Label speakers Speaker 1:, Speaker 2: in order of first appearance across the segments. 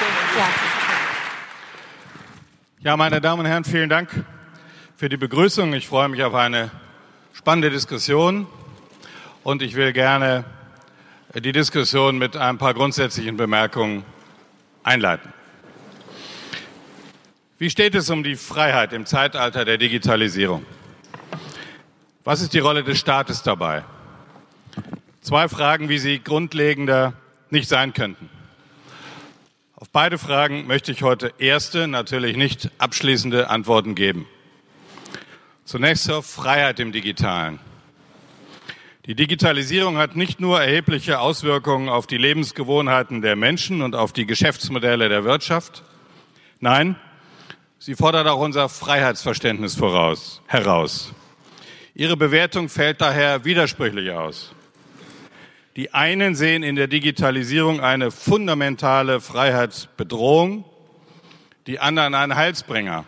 Speaker 1: Ja, meine Damen und Herren, vielen Dank für die Begrüßung. Ich freue mich auf eine spannende Diskussion und ich will gerne die Diskussion mit ein paar grundsätzlichen Bemerkungen einleiten. Wie steht es um die Freiheit im Zeitalter der Digitalisierung? Was ist die Rolle des Staates dabei? Zwei Fragen, wie sie grundlegender nicht sein könnten. Auf beide Fragen möchte ich heute erste, natürlich nicht abschließende Antworten geben. Zunächst zur Freiheit im Digitalen. Die Digitalisierung hat nicht nur erhebliche Auswirkungen auf die Lebensgewohnheiten der Menschen und auf die Geschäftsmodelle der Wirtschaft. Nein, sie fordert auch unser Freiheitsverständnis heraus. Ihre Bewertung fällt daher widersprüchlich aus. Die einen sehen in der Digitalisierung eine fundamentale Freiheitsbedrohung, die anderen einen Heilsbringer.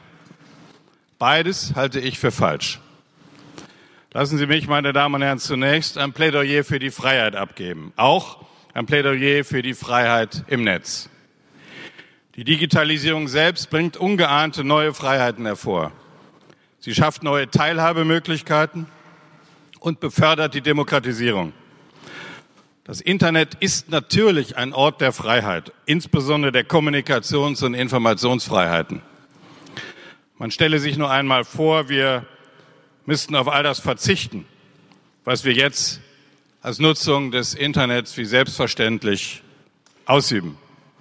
Speaker 1: Beides halte ich für falsch. Lassen Sie mich, meine Damen und Herren, zunächst ein Plädoyer für die Freiheit abgeben. Auch ein Plädoyer für die Freiheit im Netz. Die Digitalisierung selbst bringt ungeahnte neue Freiheiten hervor. Sie schafft neue Teilhabemöglichkeiten und befördert die Demokratisierung. Das Internet ist natürlich ein Ort der Freiheit, insbesondere der Kommunikations- und Informationsfreiheiten. Man stelle sich nur einmal vor, wir müssten auf all das verzichten, was wir jetzt als Nutzung des Internets wie selbstverständlich ausüben.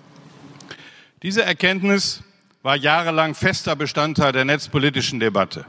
Speaker 1: Diese Erkenntnis war jahrelang fester Bestandteil der netzpolitischen Debatte.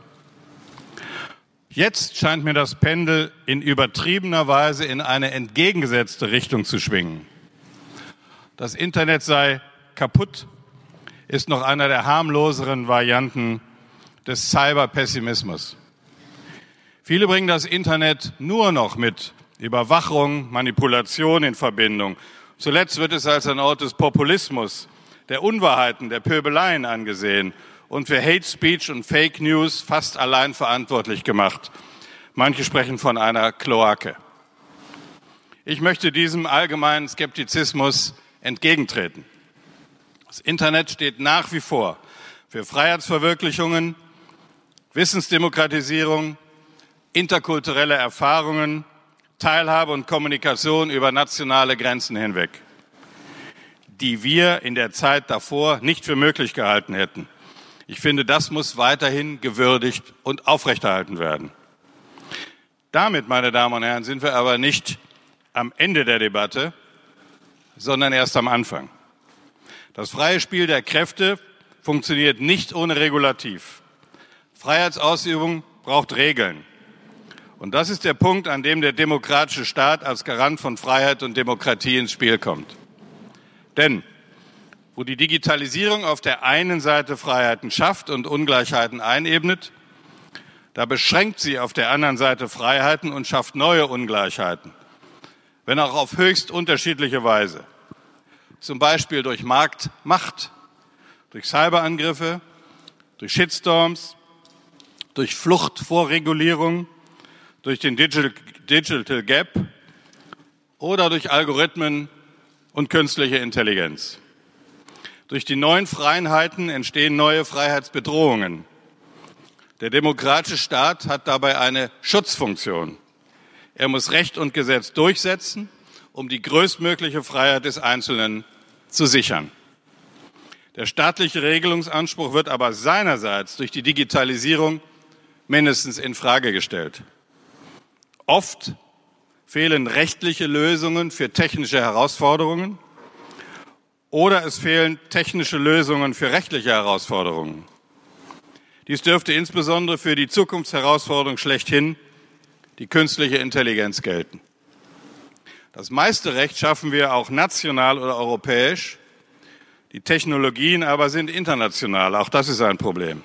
Speaker 1: Jetzt scheint mir das Pendel in übertriebener Weise in eine entgegengesetzte Richtung zu schwingen. Das Internet sei kaputt, ist noch einer der harmloseren Varianten des Cyberpessimismus. Viele bringen das Internet nur noch mit Überwachung, Manipulation in Verbindung. Zuletzt wird es als ein Ort des Populismus, der Unwahrheiten, der Pöbeleien angesehen und für Hate Speech und Fake News fast allein verantwortlich gemacht. Manche sprechen von einer Kloake. Ich möchte diesem allgemeinen Skeptizismus entgegentreten. Das Internet steht nach wie vor für Freiheitsverwirklichungen, Wissensdemokratisierung, interkulturelle Erfahrungen, Teilhabe und Kommunikation über nationale Grenzen hinweg, die wir in der Zeit davor nicht für möglich gehalten hätten. Ich finde, das muss weiterhin gewürdigt und aufrechterhalten werden. Damit, meine Damen und Herren, sind wir aber nicht am Ende der Debatte, sondern erst am Anfang. Das freie Spiel der Kräfte funktioniert nicht ohne Regulativ. Freiheitsausübung braucht Regeln. Und das ist der Punkt, an dem der demokratische Staat als Garant von Freiheit und Demokratie ins Spiel kommt. Denn wo die Digitalisierung auf der einen Seite Freiheiten schafft und Ungleichheiten einebnet, da beschränkt sie auf der anderen Seite Freiheiten und schafft neue Ungleichheiten, wenn auch auf höchst unterschiedliche Weise. Zum Beispiel durch Marktmacht, durch Cyberangriffe, durch Shitstorms, durch Flucht vor Regulierung, durch den Digital Gap oder durch Algorithmen und künstliche Intelligenz. Durch die neuen Freiheiten entstehen neue Freiheitsbedrohungen. Der demokratische Staat hat dabei eine Schutzfunktion. Er muss Recht und Gesetz durchsetzen, um die größtmögliche Freiheit des Einzelnen zu sichern. Der staatliche Regelungsanspruch wird aber seinerseits durch die Digitalisierung mindestens in Frage gestellt. Oft fehlen rechtliche Lösungen für technische Herausforderungen oder es fehlen technische Lösungen für rechtliche Herausforderungen. Dies dürfte insbesondere für die Zukunftsherausforderung schlechthin, die künstliche Intelligenz, gelten. Das meiste Recht schaffen wir auch national oder europäisch. Die Technologien aber sind international. Auch das ist ein Problem.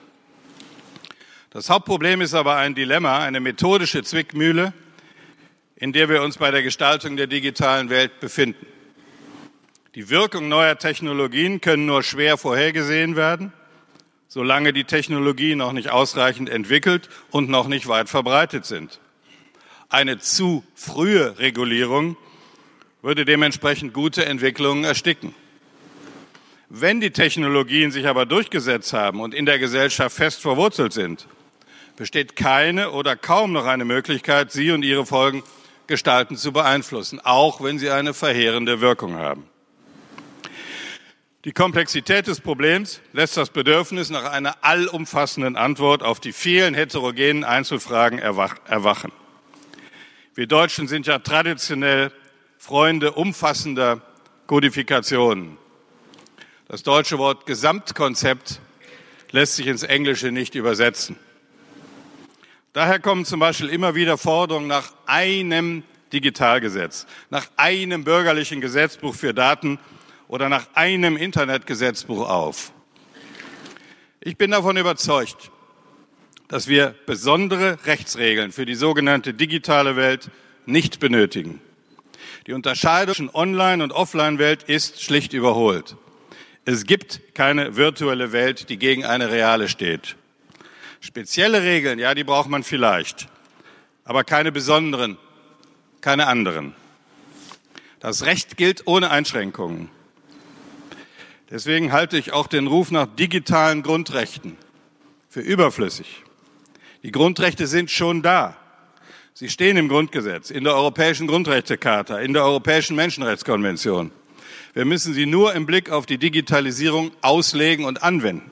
Speaker 1: Das Hauptproblem ist aber ein Dilemma, eine methodische Zwickmühle, in der wir uns bei der Gestaltung der digitalen Welt befinden. Die Wirkung neuer Technologien können nur schwer vorhergesehen werden, solange die Technologien noch nicht ausreichend entwickelt und noch nicht weit verbreitet sind. Eine zu frühe Regulierung würde dementsprechend gute Entwicklungen ersticken. Wenn die Technologien sich aber durchgesetzt haben und in der Gesellschaft fest verwurzelt sind, besteht keine oder kaum noch eine Möglichkeit, sie und ihre Folgen gestalten zu beeinflussen, auch wenn sie eine verheerende Wirkung haben. Die Komplexität des Problems lässt das Bedürfnis nach einer allumfassenden Antwort auf die vielen heterogenen Einzelfragen erwachen. Wir Deutschen sind ja traditionell Freunde umfassender Kodifikationen. Das deutsche Wort Gesamtkonzept lässt sich ins Englische nicht übersetzen. Daher kommen zum Beispiel immer wieder Forderungen nach einem Digitalgesetz, nach einem bürgerlichen Gesetzbuch für Daten oder nach einem Internetgesetzbuch auf. Ich bin davon überzeugt, dass wir besondere Rechtsregeln für die sogenannte digitale Welt nicht benötigen. Die Unterscheidung zwischen Online- und Offline-Welt ist schlicht überholt. Es gibt keine virtuelle Welt, die gegen eine reale steht. Spezielle Regeln, ja, die braucht man vielleicht, aber keine besonderen, keine anderen. Das Recht gilt ohne Einschränkungen. Deswegen halte ich auch den Ruf nach digitalen Grundrechten für überflüssig. Die Grundrechte sind schon da. Sie stehen im Grundgesetz, in der Europäischen Grundrechtecharta, in der Europäischen Menschenrechtskonvention. Wir müssen sie nur im Blick auf die Digitalisierung auslegen und anwenden.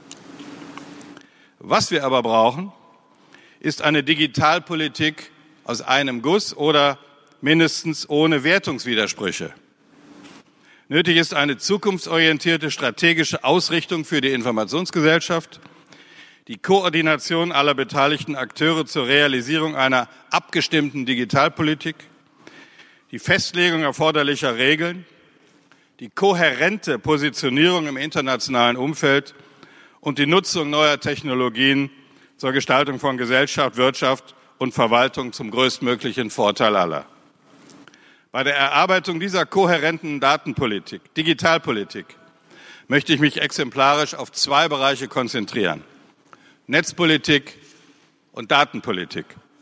Speaker 1: Was wir aber brauchen, ist eine Digitalpolitik aus einem Guss oder mindestens ohne Wertungswidersprüche. Nötig ist eine zukunftsorientierte strategische Ausrichtung für die Informationsgesellschaft, die Koordination aller beteiligten Akteure zur Realisierung einer abgestimmten Digitalpolitik, die Festlegung erforderlicher Regeln, die kohärente Positionierung im internationalen Umfeld und die Nutzung neuer Technologien zur Gestaltung von Gesellschaft, Wirtschaft und Verwaltung zum größtmöglichen Vorteil aller. Bei der Erarbeitung dieser kohärenten Datenpolitik, Digitalpolitik, möchte ich mich exemplarisch auf zwei Bereiche konzentrieren: Netzpolitik und Datenpolitik.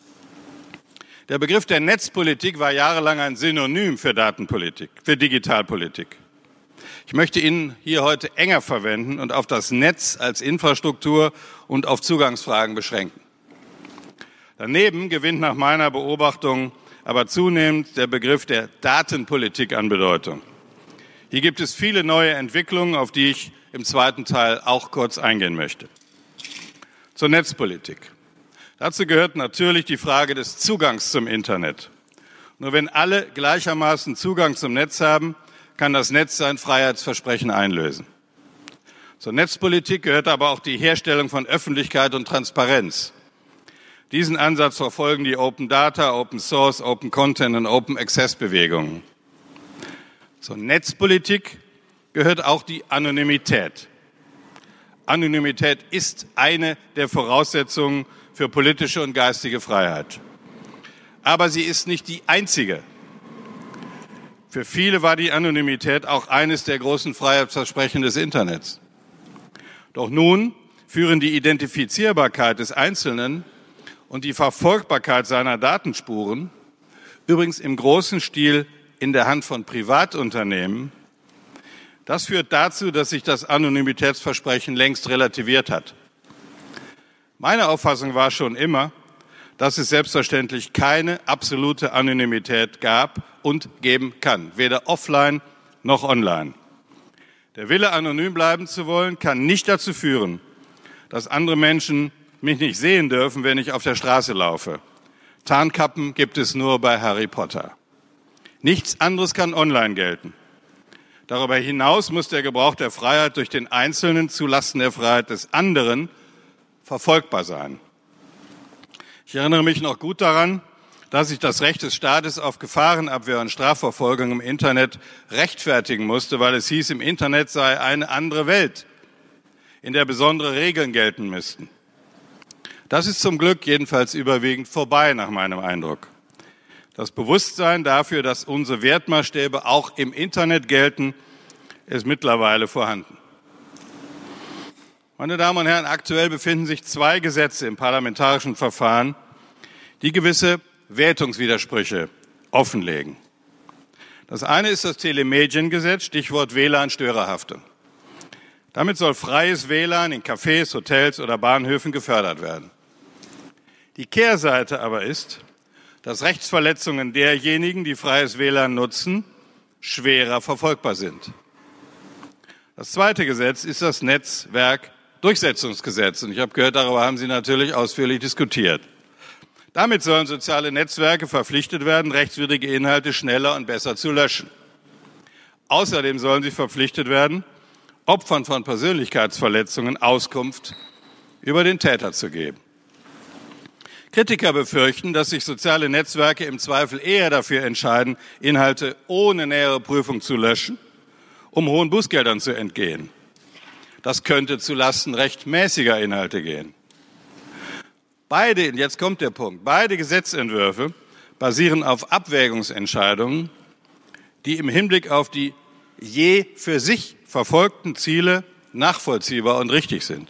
Speaker 1: Der Begriff der Netzpolitik war jahrelang ein Synonym für Datenpolitik, für Digitalpolitik. Ich möchte ihn hier heute enger verwenden und auf das Netz als Infrastruktur und auf Zugangsfragen beschränken. Daneben gewinnt nach meiner Beobachtung aber zunehmend der Begriff der Datenpolitik an Bedeutung. Hier gibt es viele neue Entwicklungen, auf die ich im zweiten Teil auch kurz eingehen möchte. Zur Netzpolitik. Dazu gehört natürlich die Frage des Zugangs zum Internet. Nur wenn alle gleichermaßen Zugang zum Netz haben, kann das Netz sein Freiheitsversprechen einlösen. Zur Netzpolitik gehört aber auch die Herstellung von Öffentlichkeit und Transparenz. Diesen Ansatz verfolgen die Open Data, Open Source, Open Content und Open Access Bewegungen. Zur Netzpolitik gehört auch die Anonymität. Anonymität ist eine der Voraussetzungen für politische und geistige Freiheit. Aber sie ist nicht die einzige. Für viele war die Anonymität auch eines der großen Freiheitsversprechen des Internets. Doch nun führen die Identifizierbarkeit des Einzelnen und die Verfolgbarkeit seiner Datenspuren, übrigens im großen Stil in der Hand von Privatunternehmen, das führt dazu, dass sich das Anonymitätsversprechen längst relativiert hat. Meine Auffassung war schon immer, dass es selbstverständlich keine absolute Anonymität gab und geben kann, weder offline noch online. Der Wille, anonym bleiben zu wollen, kann nicht dazu führen, dass andere Menschen mich nicht sehen dürfen, wenn ich auf der Straße laufe. Tarnkappen gibt es nur bei Harry Potter. Nichts anderes kann online gelten. Darüber hinaus muss der Gebrauch der Freiheit durch den Einzelnen zulasten der Freiheit des anderen verfolgbar sein. Ich erinnere mich noch gut daran, dass ich das Recht des Staates auf Gefahrenabwehr und Strafverfolgung im Internet rechtfertigen musste, weil es hieß, im Internet sei eine andere Welt, in der besondere Regeln gelten müssten. Das ist zum Glück jedenfalls überwiegend vorbei, nach meinem Eindruck. Das Bewusstsein dafür, dass unsere Wertmaßstäbe auch im Internet gelten, ist mittlerweile vorhanden. Meine Damen und Herren, aktuell befinden sich zwei Gesetze im parlamentarischen Verfahren, die gewisse Wertungswidersprüche offenlegen. Das eine ist das Telemediengesetz, Stichwort WLAN-Störerhaftung. Damit soll freies WLAN in Cafés, Hotels oder Bahnhöfen gefördert werden. Die Kehrseite aber ist, dass Rechtsverletzungen derjenigen, die freies WLAN nutzen, schwerer verfolgbar sind. Das zweite Gesetz ist das Netzwerkdurchsetzungsgesetz. Und ich habe gehört, darüber haben Sie natürlich ausführlich diskutiert. Damit sollen soziale Netzwerke verpflichtet werden, rechtswidrige Inhalte schneller und besser zu löschen. Außerdem sollen sie verpflichtet werden, Opfern von Persönlichkeitsverletzungen Auskunft über den Täter zu geben. Kritiker befürchten, dass sich soziale Netzwerke im Zweifel eher dafür entscheiden, Inhalte ohne nähere Prüfung zu löschen, um hohen Bußgeldern zu entgehen. Das könnte zulasten rechtmäßiger Inhalte gehen. Jetzt kommt der Punkt, beide Gesetzentwürfe basieren auf Abwägungsentscheidungen, die im Hinblick auf die je für sich verfolgten Ziele nachvollziehbar und richtig sind.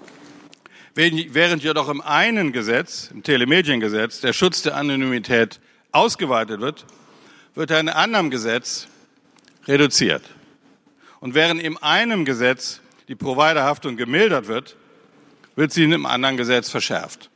Speaker 1: Während jedoch im einen Gesetz, im Telemediengesetz, der Schutz der Anonymität ausgeweitet wird, wird er in einem anderen Gesetz reduziert. Und während in einem Gesetz die Providerhaftung gemildert wird, wird sie in einem anderen Gesetz verschärft.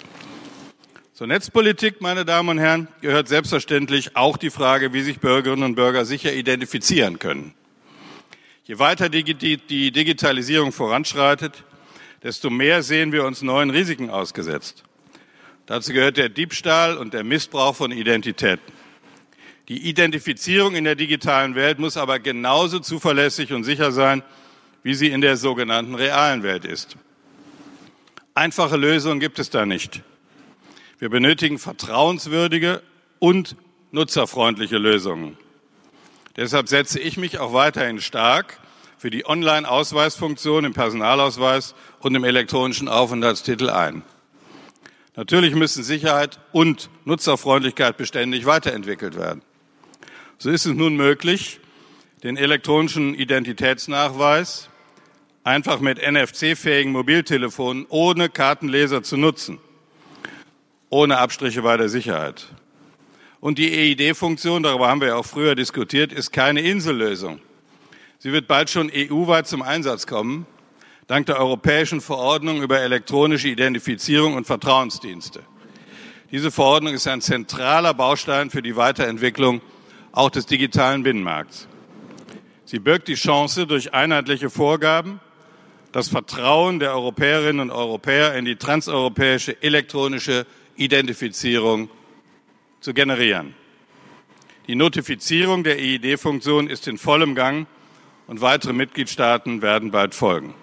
Speaker 1: Zur Netzpolitik, meine Damen und Herren, gehört selbstverständlich auch die Frage, wie sich Bürgerinnen und Bürger sicher identifizieren können. Je weiter die Digitalisierung voranschreitet, desto mehr sehen wir uns neuen Risiken ausgesetzt. Dazu gehört der Diebstahl und der Missbrauch von Identitäten. Die Identifizierung in der digitalen Welt muss aber genauso zuverlässig und sicher sein, wie sie in der sogenannten realen Welt ist. Einfache Lösungen gibt es da nicht. Wir benötigen vertrauenswürdige und nutzerfreundliche Lösungen. Deshalb setze ich mich auch weiterhin stark für die Online-Ausweisfunktion im Personalausweis und im elektronischen Aufenthaltstitel ein. Natürlich müssen Sicherheit und Nutzerfreundlichkeit beständig weiterentwickelt werden. So ist es nun möglich, den elektronischen Identitätsnachweis einfach mit NFC-fähigen Mobiltelefonen ohne Kartenleser zu nutzen, ohne Abstriche bei der Sicherheit. Und die EID-Funktion, darüber haben wir ja auch früher diskutiert, ist keine Insellösung. Sie wird bald schon EU-weit zum Einsatz kommen, dank der europäischen Verordnung über elektronische Identifizierung und Vertrauensdienste. Diese Verordnung ist ein zentraler Baustein für die Weiterentwicklung auch des digitalen Binnenmarkts. Sie birgt die Chance, durch einheitliche Vorgaben das Vertrauen der Europäerinnen und Europäer in die transeuropäische elektronische Identifizierung zu generieren. Die Notifizierung der EID-Funktion ist in vollem Gang und weitere Mitgliedstaaten werden bald folgen.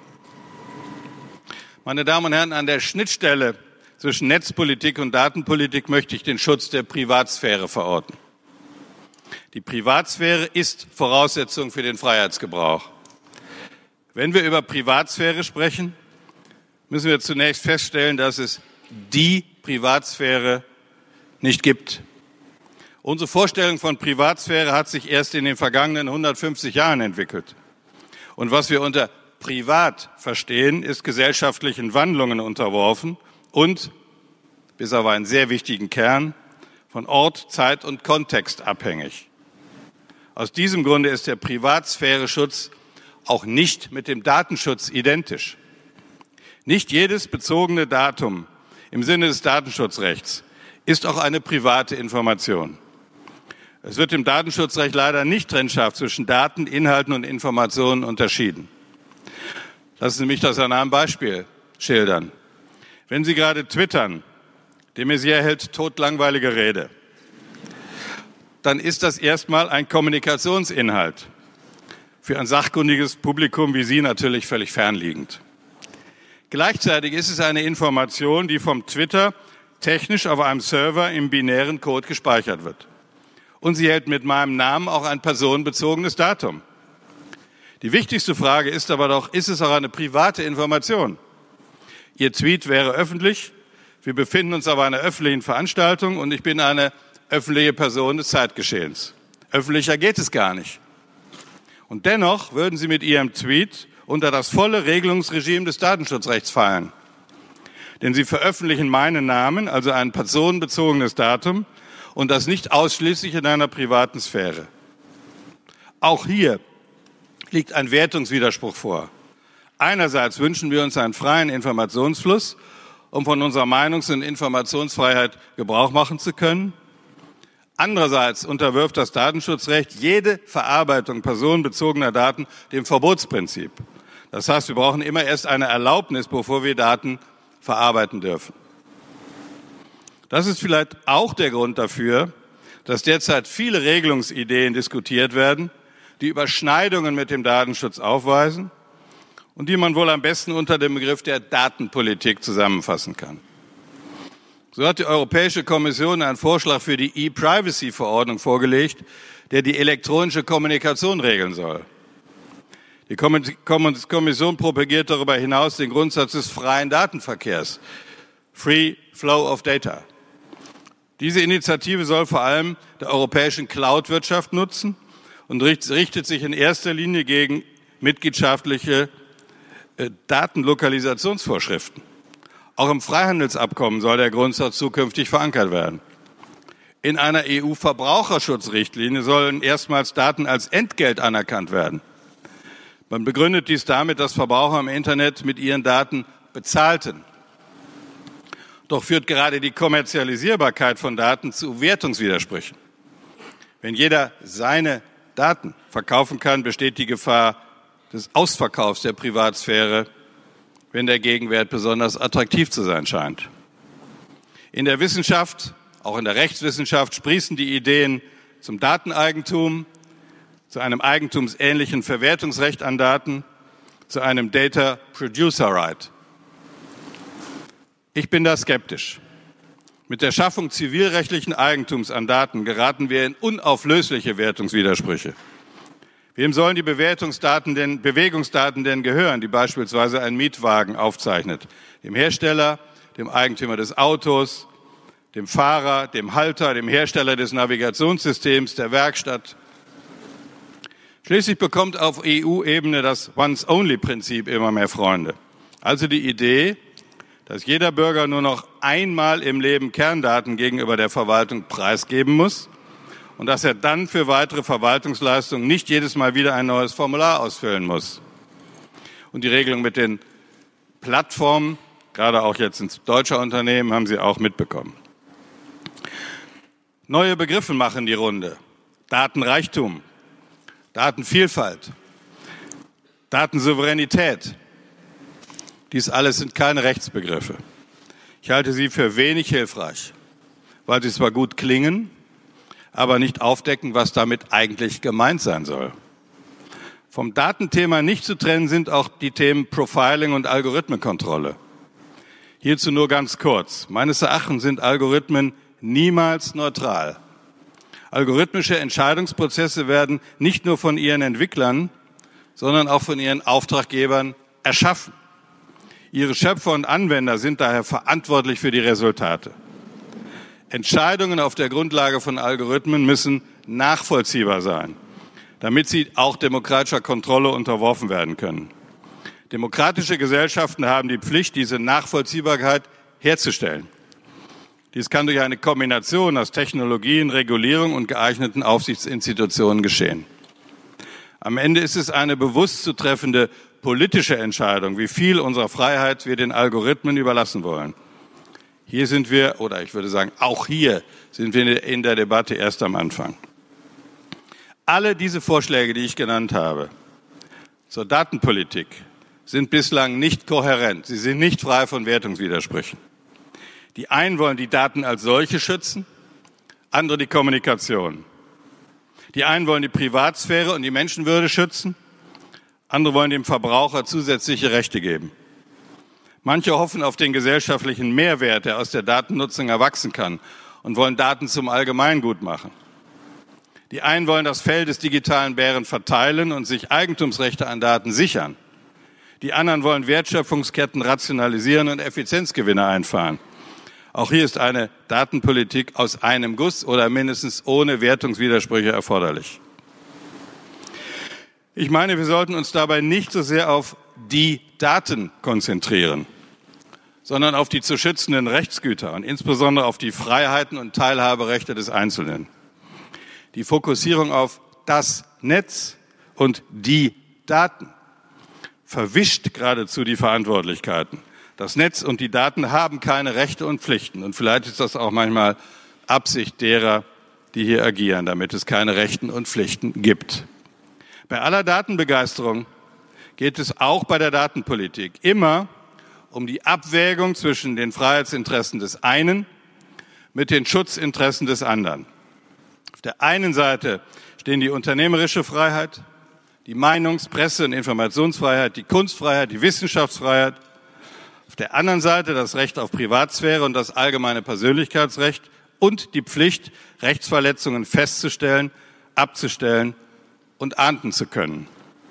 Speaker 1: Meine Damen und Herren, an der Schnittstelle zwischen Netzpolitik und Datenpolitik möchte ich den Schutz der Privatsphäre verorten. Die Privatsphäre ist Voraussetzung für den Freiheitsgebrauch. Wenn wir über Privatsphäre sprechen, müssen wir zunächst feststellen, dass es die Privatsphäre nicht gibt. Unsere Vorstellung von Privatsphäre hat sich erst in den vergangenen 150 Jahren entwickelt. Und was wir unter privat verstehen, ist gesellschaftlichen Wandlungen unterworfen und, bis auf einen sehr wichtigen Kern, von Ort, Zeit und Kontext abhängig. Aus diesem Grunde ist der Privatsphäreschutz auch nicht mit dem Datenschutz identisch. Nicht jedes bezogene Datum im Sinne des Datenschutzrechts ist auch eine private Information. Es wird im Datenschutzrecht leider nicht trennscharf zwischen Daten, Inhalten und Informationen unterschieden. Lassen Sie mich das an einem Beispiel schildern. Wenn Sie gerade twittern, de Maizière hält totlangweilige Rede, dann ist das erstmal ein Kommunikationsinhalt. Für ein sachkundiges Publikum wie Sie natürlich völlig fernliegend. Gleichzeitig ist es eine Information, die vom Twitter technisch auf einem Server im binären Code gespeichert wird. Und sie hält mit meinem Namen auch ein personenbezogenes Datum. Die wichtigste Frage ist aber doch, ist es auch eine private Information? Ihr Tweet wäre öffentlich, wir befinden uns auf einer öffentlichen Veranstaltung und ich bin eine öffentliche Person des Zeitgeschehens. Öffentlicher geht es gar nicht. Und dennoch würden Sie mit Ihrem Tweet unter das volle Regelungsregime des Datenschutzrechts fallen. Denn Sie veröffentlichen meinen Namen, also ein personenbezogenes Datum, und das nicht ausschließlich in einer privaten Sphäre. Auch hier liegt ein Wertungswiderspruch vor. Einerseits wünschen wir uns einen freien Informationsfluss, um von unserer Meinungs- und Informationsfreiheit Gebrauch machen zu können. Andererseits unterwirft das Datenschutzrecht jede Verarbeitung personenbezogener Daten dem Verbotsprinzip. Das heißt, wir brauchen immer erst eine Erlaubnis, bevor wir Daten verarbeiten dürfen. Das ist vielleicht auch der Grund dafür, dass derzeit viele Regelungsideen diskutiert werden, die Überschneidungen mit dem Datenschutz aufweisen und die man wohl am besten unter dem Begriff der Datenpolitik zusammenfassen kann. So hat die Europäische Kommission einen Vorschlag für die E-Privacy-Verordnung vorgelegt, der die elektronische Kommunikation regeln soll. Die Kommission propagiert darüber hinaus den Grundsatz des freien Datenverkehrs, Free Flow of Data. Diese Initiative soll vor allem der europäischen Cloud-Wirtschaft nutzen und richtet sich in erster Linie gegen mitgliedschaftliche Datenlokalisationsvorschriften. Auch im Freihandelsabkommen soll der Grundsatz zukünftig verankert werden. In einer EU-Verbraucherschutzrichtlinie sollen erstmals Daten als Entgelt anerkannt werden. Man begründet dies damit, dass Verbraucher im Internet mit ihren Daten bezahlten. Doch führt gerade die Kommerzialisierbarkeit von Daten zu Wertungswidersprüchen. Wenn jeder seine Daten verkaufen kann, besteht die Gefahr des Ausverkaufs der Privatsphäre, wenn der Gegenwert besonders attraktiv zu sein scheint. In der Wissenschaft, auch in der Rechtswissenschaft, sprießen die Ideen zum Dateneigentum, zu einem eigentumsähnlichen Verwertungsrecht an Daten, zu einem Data Producer Right. Ich bin da skeptisch. Mit der Schaffung zivilrechtlichen Eigentums an Daten geraten wir in unauflösliche Wertungswidersprüche. Wem sollen die Bewegungsdaten denn gehören, die beispielsweise ein Mietwagen aufzeichnet? Dem Hersteller, dem Eigentümer des Autos, dem Fahrer, dem Halter, dem Hersteller des Navigationssystems, der Werkstatt. Schließlich bekommt auf EU-Ebene das Once-Only-Prinzip immer mehr Freunde. Also die Idee, dass jeder Bürger nur noch einmal im Leben Kerndaten gegenüber der Verwaltung preisgeben muss und dass er dann für weitere Verwaltungsleistungen nicht jedes Mal wieder ein neues Formular ausfüllen muss. Und die Regelung mit den Plattformen, gerade auch jetzt in deutscher Unternehmen, haben Sie auch mitbekommen. Neue Begriffe machen die Runde. Datenreichtum, Datenvielfalt, Datensouveränität. Dies alles sind keine Rechtsbegriffe. Ich halte sie für wenig hilfreich, weil sie zwar gut klingen, aber nicht aufdecken, was damit eigentlich gemeint sein soll. Vom Datenthema nicht zu trennen sind auch die Themen Profiling und Algorithmenkontrolle. Hierzu nur ganz kurz. Meines Erachtens sind Algorithmen niemals neutral. Algorithmische Entscheidungsprozesse werden nicht nur von ihren Entwicklern, sondern auch von ihren Auftraggebern erschaffen. Ihre Schöpfer und Anwender sind daher verantwortlich für die Resultate. Entscheidungen auf der Grundlage von Algorithmen müssen nachvollziehbar sein, damit sie auch demokratischer Kontrolle unterworfen werden können. Demokratische Gesellschaften haben die Pflicht, diese Nachvollziehbarkeit herzustellen. Dies kann durch eine Kombination aus Technologien, Regulierung und geeigneten Aufsichtsinstitutionen geschehen. Am Ende ist es eine bewusst zu treffende politische Entscheidung, wie viel unserer Freiheit wir den Algorithmen überlassen wollen. Hier sind wir, oder ich würde sagen, auch hier sind wir in der Debatte erst am Anfang. Alle diese Vorschläge, die ich genannt habe, zur Datenpolitik, sind bislang nicht kohärent. Sie sind nicht frei von Wertungswidersprüchen. Die einen wollen die Daten als solche schützen, andere die Kommunikation. Die einen wollen die Privatsphäre und die Menschenwürde schützen, andere wollen dem Verbraucher zusätzliche Rechte geben. Manche hoffen auf den gesellschaftlichen Mehrwert, der aus der Datennutzung erwachsen kann und wollen Daten zum Allgemeingut machen. Die einen wollen das Fell des digitalen Bären verteilen und sich Eigentumsrechte an Daten sichern. Die anderen wollen Wertschöpfungsketten rationalisieren und Effizienzgewinne einfahren. Auch hier ist eine Datenpolitik aus einem Guss oder mindestens ohne Wertungswidersprüche erforderlich. Ich meine, wir sollten uns dabei nicht so sehr auf die Daten konzentrieren, sondern auf die zu schützenden Rechtsgüter und insbesondere auf die Freiheiten und Teilhaberechte des Einzelnen. Die Fokussierung auf das Netz und die Daten verwischt geradezu die Verantwortlichkeiten. Das Netz und die Daten haben keine Rechte und Pflichten. Und vielleicht ist das auch manchmal Absicht derer, die hier agieren, damit es keine Rechten und Pflichten gibt. Bei aller Datenbegeisterung geht es auch bei der Datenpolitik immer um die Abwägung zwischen den Freiheitsinteressen des einen mit den Schutzinteressen des anderen. Auf der einen Seite stehen die unternehmerische Freiheit, die Meinungs-, Presse- und Informationsfreiheit, die Kunstfreiheit, die Wissenschaftsfreiheit. Auf der anderen Seite das Recht auf Privatsphäre und das allgemeine Persönlichkeitsrecht und die Pflicht, Rechtsverletzungen festzustellen, abzustellen und ahnden zu können.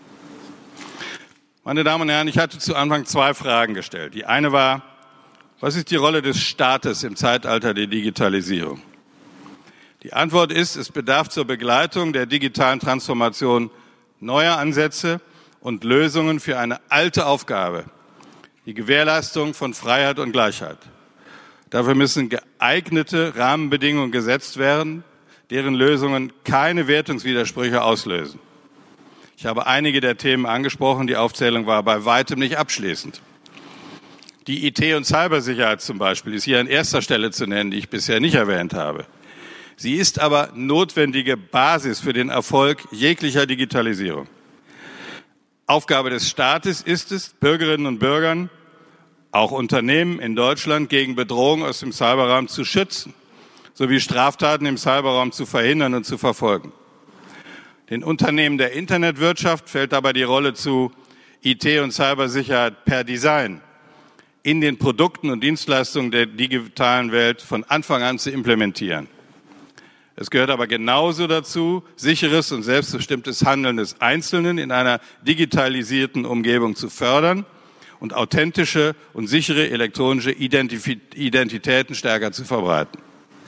Speaker 1: Meine Damen und Herren, ich hatte zu Anfang 2 Fragen gestellt. Die eine war, was ist die Rolle des Staates im Zeitalter der Digitalisierung? Die Antwort ist, es bedarf zur Begleitung der digitalen Transformation neuer Ansätze und Lösungen für eine alte Aufgabe, die Gewährleistung von Freiheit und Gleichheit. Dafür müssen geeignete Rahmenbedingungen gesetzt werden, deren Lösungen keine Wertungswidersprüche auslösen. Ich habe einige der Themen angesprochen, die Aufzählung war bei weitem nicht abschließend. Die IT- und Cybersicherheit zum Beispiel ist hier an erster Stelle zu nennen, die ich bisher nicht erwähnt habe. Sie ist aber notwendige Basis für den Erfolg jeglicher Digitalisierung. Aufgabe des Staates ist es, Bürgerinnen und Bürgern, auch Unternehmen in Deutschland gegen Bedrohungen aus dem Cyberraum zu schützen, sowie Straftaten im Cyberraum zu verhindern und zu verfolgen. Den Unternehmen der Internetwirtschaft fällt dabei die Rolle zu, IT- und Cybersicherheit per Design in den Produkten und Dienstleistungen der digitalen Welt von Anfang an zu implementieren. Es gehört aber genauso dazu, sicheres und selbstbestimmtes Handeln des Einzelnen in einer digitalisierten Umgebung zu fördern und authentische und sichere elektronische Identitäten stärker zu verbreiten.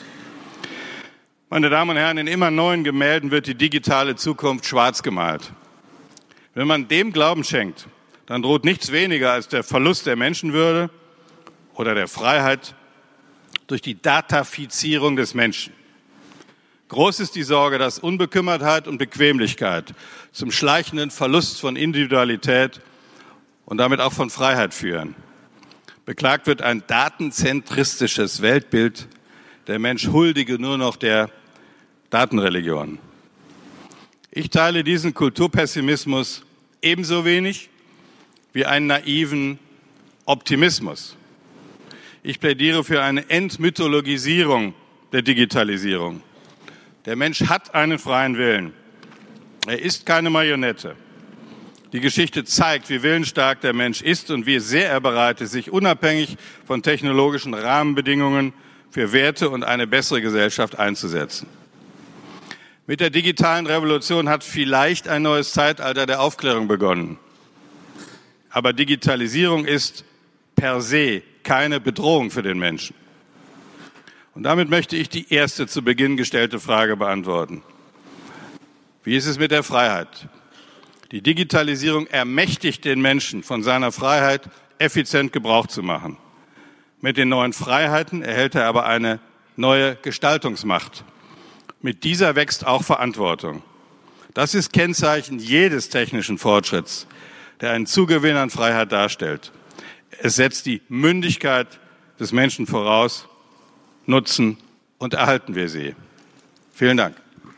Speaker 1: Meine Damen und Herren, in immer neuen Gemälden wird die digitale Zukunft schwarz gemalt. Wenn man dem Glauben schenkt, dann droht nichts weniger als der Verlust der Menschenwürde oder der Freiheit durch die Datafizierung des Menschen. Groß ist die Sorge, dass Unbekümmertheit und Bequemlichkeit zum schleichenden Verlust von Individualität und damit auch von Freiheit führen. Beklagt wird ein datenzentristisches Weltbild. Der Mensch huldige nur noch der Datenreligion. Ich teile diesen Kulturpessimismus ebenso wenig wie einen naiven Optimismus. Ich plädiere für eine Entmythologisierung der Digitalisierung. Der Mensch hat einen freien Willen. Er ist keine Marionette. Die Geschichte zeigt, wie willensstark der Mensch ist und wie sehr er bereit ist, sich unabhängig von technologischen Rahmenbedingungen für Werte und eine bessere Gesellschaft einzusetzen. Mit der digitalen Revolution hat vielleicht ein neues Zeitalter der Aufklärung begonnen. Aber Digitalisierung ist per se keine Bedrohung für den Menschen. Und damit möchte ich die erste zu Beginn gestellte Frage beantworten. Wie ist es mit der Freiheit? Die Digitalisierung ermächtigt den Menschen, von seiner Freiheit effizient Gebrauch zu machen. Mit den neuen Freiheiten erhält er aber eine neue Gestaltungsmacht. Mit dieser wächst auch Verantwortung. Das ist Kennzeichen jedes technischen Fortschritts, der einen Zugewinn an Freiheit darstellt. Es setzt die Mündigkeit des Menschen voraus. Nutzen und erhalten wir sie. Vielen Dank.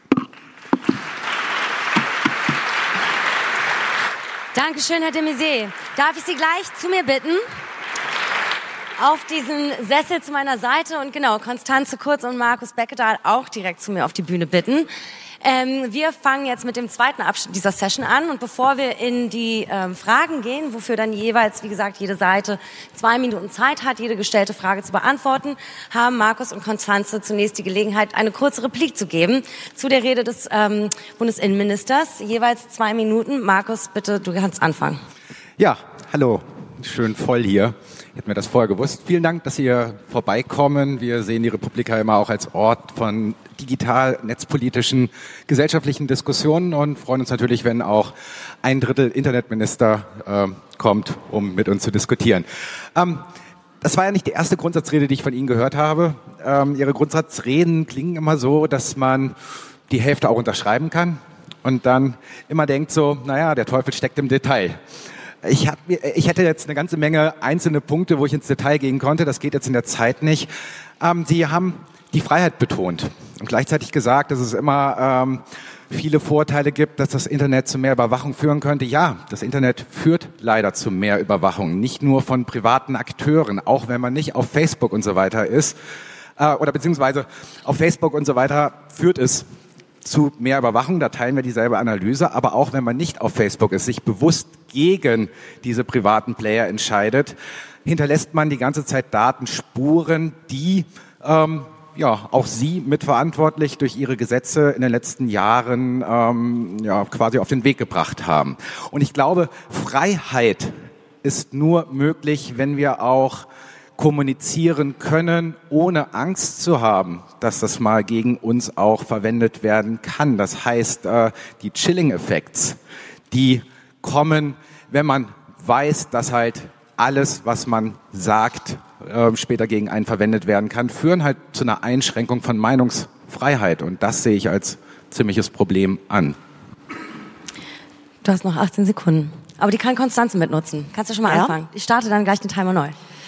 Speaker 2: Dankeschön, Herr de Maizière. Darf ich Sie gleich zu mir bitten? Auf diesen Sessel zu meiner Seite und genau, Constanze Kurz und Markus Beckedahl auch direkt zu mir auf die Bühne bitten. Wir fangen jetzt mit dem zweiten Abschnitt dieser Session an und bevor wir in die Fragen gehen, wofür dann jeweils, wie gesagt, jede Seite 2 Minuten Zeit hat, jede gestellte Frage zu beantworten, haben Markus und Constanze zunächst die Gelegenheit, eine kurze Replik zu geben zu der Rede des Bundesinnenministers. Jeweils 2 Minuten. Markus, bitte, du kannst anfangen. Ja, hallo. Schön voll hier. Ich hätte mir das vorher gewusst. Vielen Dank, dass Sie hier vorbeikommen. Wir sehen die Republika immer auch als Ort von digital, netzpolitischen, gesellschaftlichen Diskussionen und freuen uns natürlich, wenn auch 1/3 Internetminister kommt, um mit uns zu diskutieren. Das war ja nicht die erste Grundsatzrede, die ich von Ihnen gehört habe. Ihre Grundsatzreden klingen immer so, dass man die Hälfte auch unterschreiben kann und dann immer denkt so, naja, der Teufel steckt im Detail.
Speaker 3: Ich hätte jetzt eine ganze Menge einzelne Punkte, wo ich ins Detail gehen konnte. Das geht jetzt in der Zeit nicht. Sie haben die Freiheit betont und gleichzeitig gesagt, dass es immer viele Vorteile gibt, dass das Internet zu mehr Überwachung führen könnte. Ja, das Internet führt leider zu mehr Überwachung, nicht nur von privaten Akteuren, auch wenn man nicht auf Facebook und so weiter ist, oder beziehungsweise auf Facebook und so weiter führt es zu mehr Überwachung, da teilen wir dieselbe Analyse, aber auch wenn man nicht auf Facebook ist, sich bewusst gegen diese privaten Player entscheidet, hinterlässt man die ganze Zeit Datenspuren, die auch Sie mitverantwortlich durch Ihre Gesetze in den letzten Jahren quasi auf den Weg gebracht haben. Und ich glaube, Freiheit ist nur möglich, wenn wir auch kommunizieren können, ohne Angst zu haben, dass das mal gegen uns auch verwendet werden kann. Das heißt, die Chilling-Effekts, die kommen, wenn man weiß, dass halt alles, was man sagt, später gegen einen verwendet werden kann, führen halt zu einer Einschränkung von Meinungsfreiheit. Und das sehe ich als ziemliches Problem an.
Speaker 2: Du hast noch 18 Sekunden. Aber die kann Konstanze mitnutzen. Kannst du schon mal anfangen? Ich starte dann gleich den Timer neu.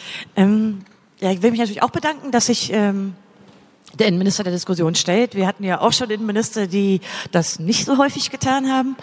Speaker 4: Ich will mich natürlich auch bedanken, dass sich der Innenminister der Diskussion stellt. Wir hatten ja auch schon Innenminister, die das nicht so häufig getan haben.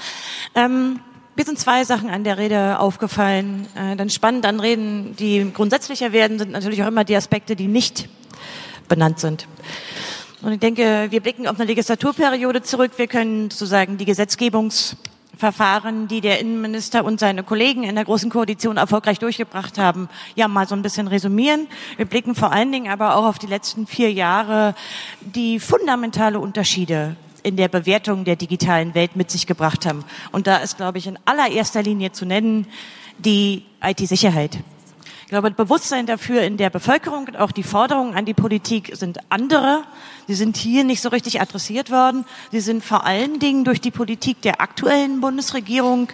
Speaker 4: Mir sind zwei Sachen an der Rede aufgefallen. Dann spannend an Reden, die grundsätzlicher werden, sind natürlich auch immer die Aspekte, die nicht benannt sind. Und ich denke, wir blicken auf eine Legislaturperiode zurück. Wir können sozusagen die Gesetzgebungsverfahren, die der Innenminister und seine Kollegen in der Großen Koalition erfolgreich durchgebracht haben, ja mal so ein bisschen resümieren. Wir blicken vor allen Dingen aber auch auf die letzten 4 Jahre, die fundamentale Unterschiede in der Bewertung der digitalen Welt mit sich gebracht haben. Und da ist, glaube ich, in allererster Linie zu nennen die IT-Sicherheit. Ich glaube, das Bewusstsein dafür in der Bevölkerung und auch die Forderungen an die Politik sind andere. Sie sind hier nicht so richtig adressiert worden. Sie sind vor allen Dingen durch die Politik der aktuellen Bundesregierung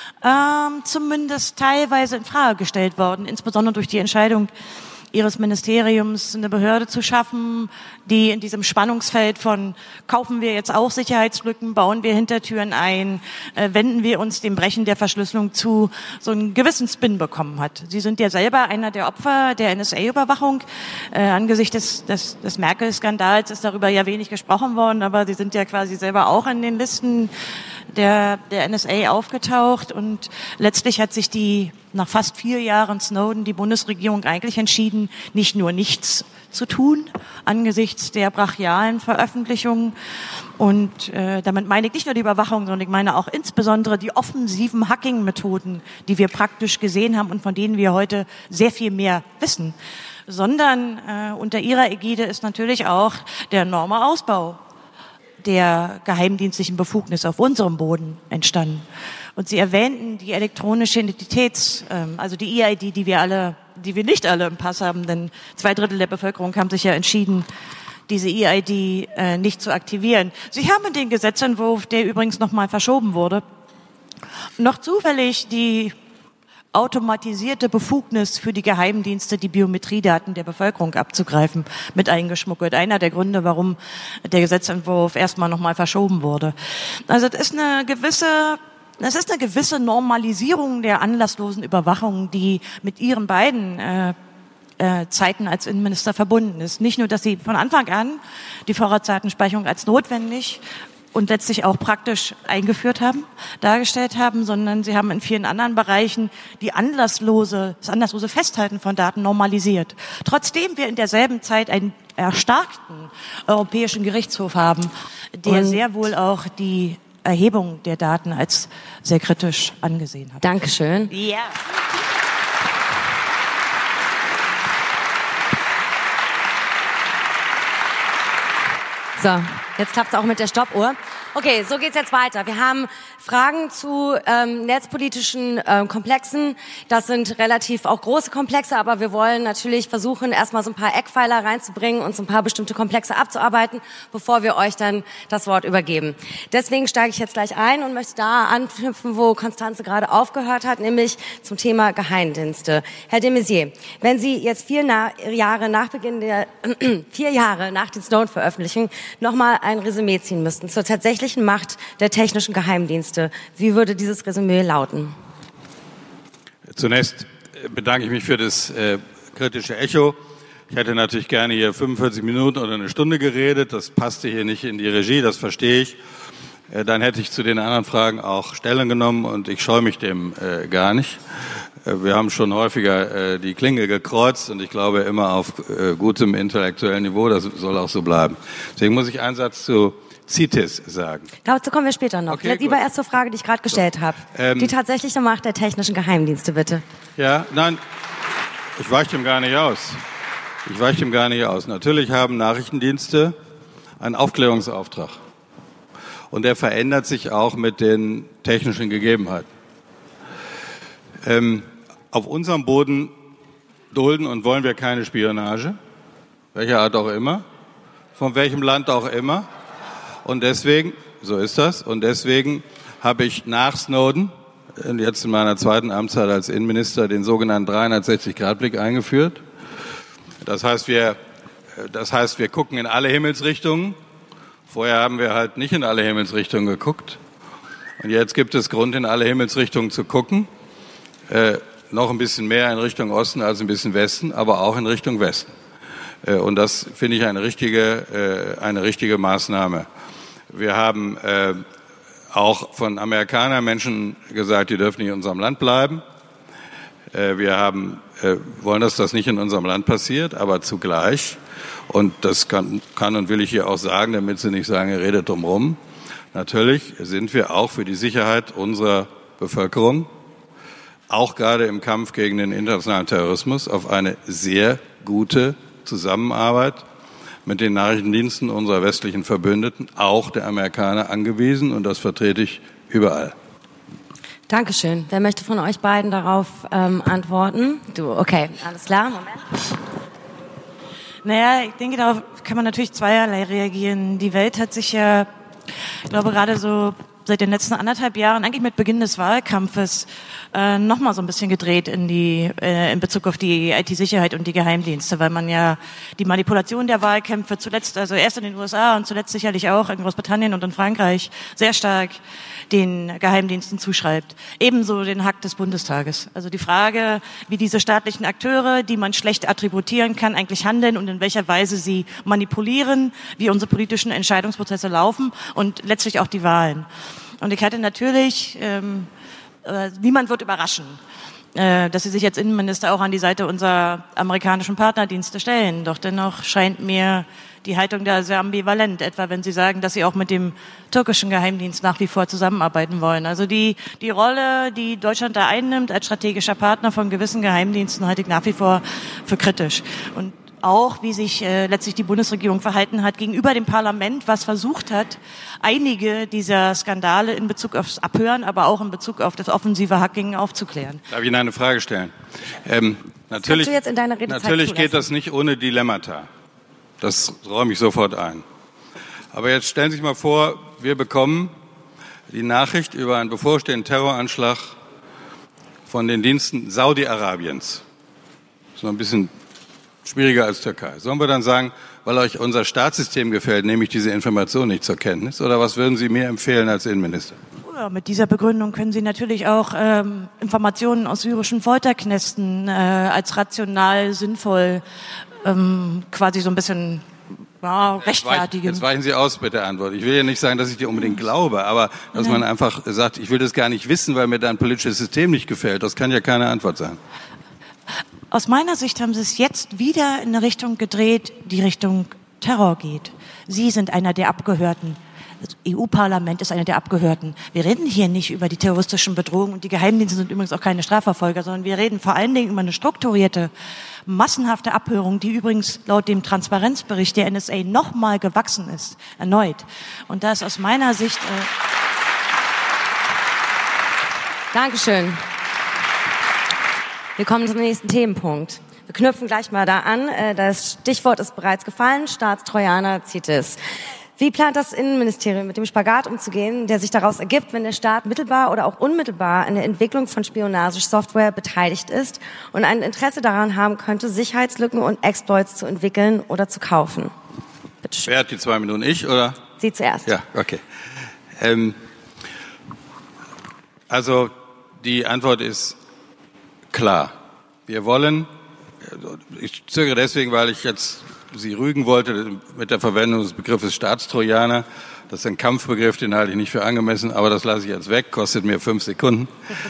Speaker 4: zumindest teilweise in Frage gestellt worden, insbesondere durch die Entscheidung Ihres Ministeriums eine Behörde zu schaffen, die in diesem Spannungsfeld von kaufen wir jetzt auch Sicherheitslücken, bauen wir Hintertüren ein, wenden wir uns dem Brechen der Verschlüsselung zu, so einen gewissen Spin bekommen hat. Sie sind ja selber einer der Opfer der NSA-Überwachung. Angesichts des Merkel-Skandals ist darüber ja wenig gesprochen worden, aber Sie sind ja quasi selber auch in den Listen der NSA aufgetaucht und letztlich hat sich nach fast 4 Jahren Snowden die Bundesregierung eigentlich entschieden, nicht nur nichts zu tun angesichts der brachialen Veröffentlichungen. Und damit meine ich nicht nur die Überwachung, sondern ich meine auch insbesondere die offensiven Hacking-Methoden, die wir praktisch gesehen haben und von denen wir heute sehr viel mehr wissen. Sondern unter ihrer Ägide ist natürlich auch der enorme Ausbau der geheimdienstlichen Befugnis auf unserem Boden entstanden. Und Sie erwähnten die elektronische also die EID, die wir nicht alle im Pass haben, denn 2/3 der Bevölkerung haben sich ja entschieden, diese EID nicht zu aktivieren. Sie haben den Gesetzentwurf, der übrigens nochmal verschoben wurde, noch zufällig die automatisierte Befugnis für die Geheimdienste, die Biometriedaten der Bevölkerung abzugreifen, mit eingeschmuggelt. Einer der Gründe, warum der Gesetzentwurf erstmal nochmal verschoben wurde. Also das ist eine gewisse Normalisierung der anlasslosen Überwachung, die mit Ihren beiden Zeiten als Innenminister verbunden ist. Nicht nur, dass Sie von Anfang an die Vorratsdatenspeicherung als notwendig und letztlich auch praktisch dargestellt haben, sondern sie haben in vielen anderen Bereichen das anlasslose Festhalten von Daten normalisiert. Trotzdem wir in derselben Zeit einen erstarkten Europäischen Gerichtshof haben, der sehr wohl auch die Erhebung der Daten als sehr kritisch angesehen hat.
Speaker 2: Dankeschön.
Speaker 4: Ja.
Speaker 2: So, jetzt klappt es auch mit der Stoppuhr. Okay, so geht's jetzt weiter. Wir haben Fragen zu netzpolitischen Komplexen. Das sind relativ auch große Komplexe, aber wir wollen natürlich versuchen, erstmal so ein paar Eckpfeiler reinzubringen und so ein paar bestimmte Komplexe abzuarbeiten, bevor wir euch dann das Wort übergeben. Deswegen steige ich jetzt gleich ein und möchte da anknüpfen, wo Constanze gerade aufgehört hat, nämlich zum Thema Geheimdienste. Herr de Maizière, wenn Sie jetzt 4 Jahre nach den Snowden-Veröffentlichungen nochmal ein Resümee ziehen müssten zur tatsächlichen Macht der technischen Geheimdienste, wie würde dieses Resümee lauten?
Speaker 1: Zunächst bedanke ich mich für das kritische Echo. Ich hätte natürlich gerne hier 45 Minuten oder eine Stunde geredet. Das passte hier nicht in die Regie, das verstehe ich. Dann hätte ich zu den anderen Fragen auch Stellung genommen und ich scheue mich dem gar nicht. Wir haben schon häufiger die Klinge gekreuzt und ich glaube immer auf gutem intellektuellen Niveau. Das soll auch so bleiben. Deswegen muss ich einen Satz zu CITES sagen.
Speaker 2: Dazu kommen wir später noch.
Speaker 1: Okay,
Speaker 2: Jetzt lieber erst zur Frage, die ich gerade gestellt habe. Die tatsächliche Macht der technischen Geheimdienste, bitte.
Speaker 1: Ja, nein, ich weiche dem gar nicht aus. Natürlich haben Nachrichtendienste einen Aufklärungsauftrag. Und der verändert sich auch mit den technischen Gegebenheiten. Auf unserem Boden dulden und wollen wir keine Spionage, welcher Art auch immer, von welchem Land auch immer. Und deswegen, so ist das, und deswegen habe ich nach Snowden, jetzt in meiner zweiten Amtszeit als Innenminister, den sogenannten 360-Grad-Blick eingeführt. Das heißt, wir gucken in alle Himmelsrichtungen. Vorher haben wir halt nicht in alle Himmelsrichtungen geguckt. Und jetzt gibt es Grund, in alle Himmelsrichtungen zu gucken. Noch ein bisschen mehr in Richtung Osten als ein bisschen Westen, aber auch in Richtung Westen. Und das finde ich eine richtige Maßnahme. Wir haben auch von Amerikanern Menschen gesagt, die dürfen nicht in unserem Land bleiben. Wir wollen, dass das nicht in unserem Land passiert, aber zugleich, und das kann und will ich hier auch sagen, damit Sie nicht sagen, ihr redet drumherum, natürlich sind wir auch für die Sicherheit unserer Bevölkerung, auch gerade im Kampf gegen den internationalen Terrorismus, auf eine sehr gute Zusammenarbeit mit den Nachrichtendiensten unserer westlichen Verbündeten, auch der Amerikaner, angewiesen, und das vertrete ich überall.
Speaker 2: Dankeschön. Wer möchte von euch beiden darauf antworten? Du, okay, alles klar, Moment.
Speaker 4: Naja, ich denke, darauf kann man natürlich zweierlei reagieren. Die Welt hat sich ja, ich glaube, gerade so seit den letzten 1,5 Jahren, eigentlich mit Beginn des Wahlkampfes, nochmal so ein bisschen gedreht in Bezug auf die IT-Sicherheit und die Geheimdienste, weil man ja die Manipulation der Wahlkämpfe zuletzt, also erst in den USA und zuletzt sicherlich auch in Großbritannien und in Frankreich, sehr stark den Geheimdiensten zuschreibt. Ebenso den Hack des Bundestages. Also die Frage, wie diese staatlichen Akteure, die man schlecht attributieren kann, eigentlich handeln und in welcher Weise sie manipulieren, wie unsere politischen Entscheidungsprozesse laufen und letztlich auch die Wahlen. Und ich hatte natürlich, niemand wird überraschen, dass Sie sich als Innenminister auch an die Seite unserer amerikanischen Partnerdienste stellen. Doch dennoch scheint mir die Haltung da sehr ambivalent, etwa wenn Sie sagen, dass Sie auch mit dem türkischen Geheimdienst nach wie vor zusammenarbeiten wollen. Also die Rolle, die Deutschland da einnimmt als strategischer Partner von gewissen Geheimdiensten, halte ich nach wie vor für kritisch. Und auch, wie sich letztlich die Bundesregierung verhalten hat gegenüber dem Parlament, was versucht hat, einige dieser Skandale in Bezug aufs Abhören, aber auch in Bezug auf das offensive Hacking aufzuklären.
Speaker 1: Darf ich Ihnen eine Frage stellen? Natürlich geht das nicht ohne Dilemmata. Das räume ich sofort ein. Aber jetzt stellen Sie sich mal vor, wir bekommen die Nachricht über einen bevorstehenden Terroranschlag von den Diensten Saudi-Arabiens. Das ist noch ein bisschen schwieriger als Türkei. Sollen wir dann sagen, weil euch unser Staatssystem gefällt, nehme ich diese Information nicht zur Kenntnis? Oder was würden Sie mir empfehlen als Innenminister?
Speaker 4: Ja, mit dieser Begründung können Sie natürlich auch Informationen aus syrischen Folterknästen als rational, sinnvoll quasi so ein bisschen rechtfertigen.
Speaker 1: Jetzt weichen Sie aus mit der Antwort. Ich will ja nicht sagen, dass ich dir unbedingt glaube, aber dass man einfach sagt, ich will das gar nicht wissen, weil mir dein politisches System nicht gefällt. Das kann ja keine Antwort sein.
Speaker 4: Aus meiner Sicht haben Sie es jetzt wieder in eine Richtung gedreht, die Richtung Terror geht. Sie sind einer der Abgehörten. Das EU-Parlament ist einer der Abgehörten. Wir reden hier nicht über die terroristischen Bedrohungen und die Geheimdienste sind übrigens auch keine Strafverfolger, sondern wir reden vor allen Dingen über eine strukturierte, massenhafte Abhörung, die übrigens laut dem Transparenzbericht der NSA nochmal gewachsen ist, erneut. Und da ist aus meiner Sicht...
Speaker 2: Dankeschön. Wir kommen zum nächsten Themenpunkt. Wir knüpfen gleich mal da an. Das Stichwort ist bereits gefallen, Staatstrojaner, CITES. Wie plant das Innenministerium mit dem Spagat umzugehen, der sich daraus ergibt, wenn der Staat mittelbar oder auch unmittelbar an der Entwicklung von Spionagesoftware beteiligt ist und ein Interesse daran haben könnte, Sicherheitslücken und Exploits zu entwickeln oder zu kaufen? Bitte schön.
Speaker 1: Wer hat die 2 Minuten, ich oder?
Speaker 2: Sie zuerst.
Speaker 1: Ja, okay. Also die Antwort ist klar. Wir wollen, ich zögere deswegen, weil ich jetzt Sie rügen wollte mit der Verwendung des Begriffes Staatstrojaner. Das ist ein Kampfbegriff, den halte ich nicht für angemessen, aber das lasse ich jetzt weg, kostet mir 5 Sekunden.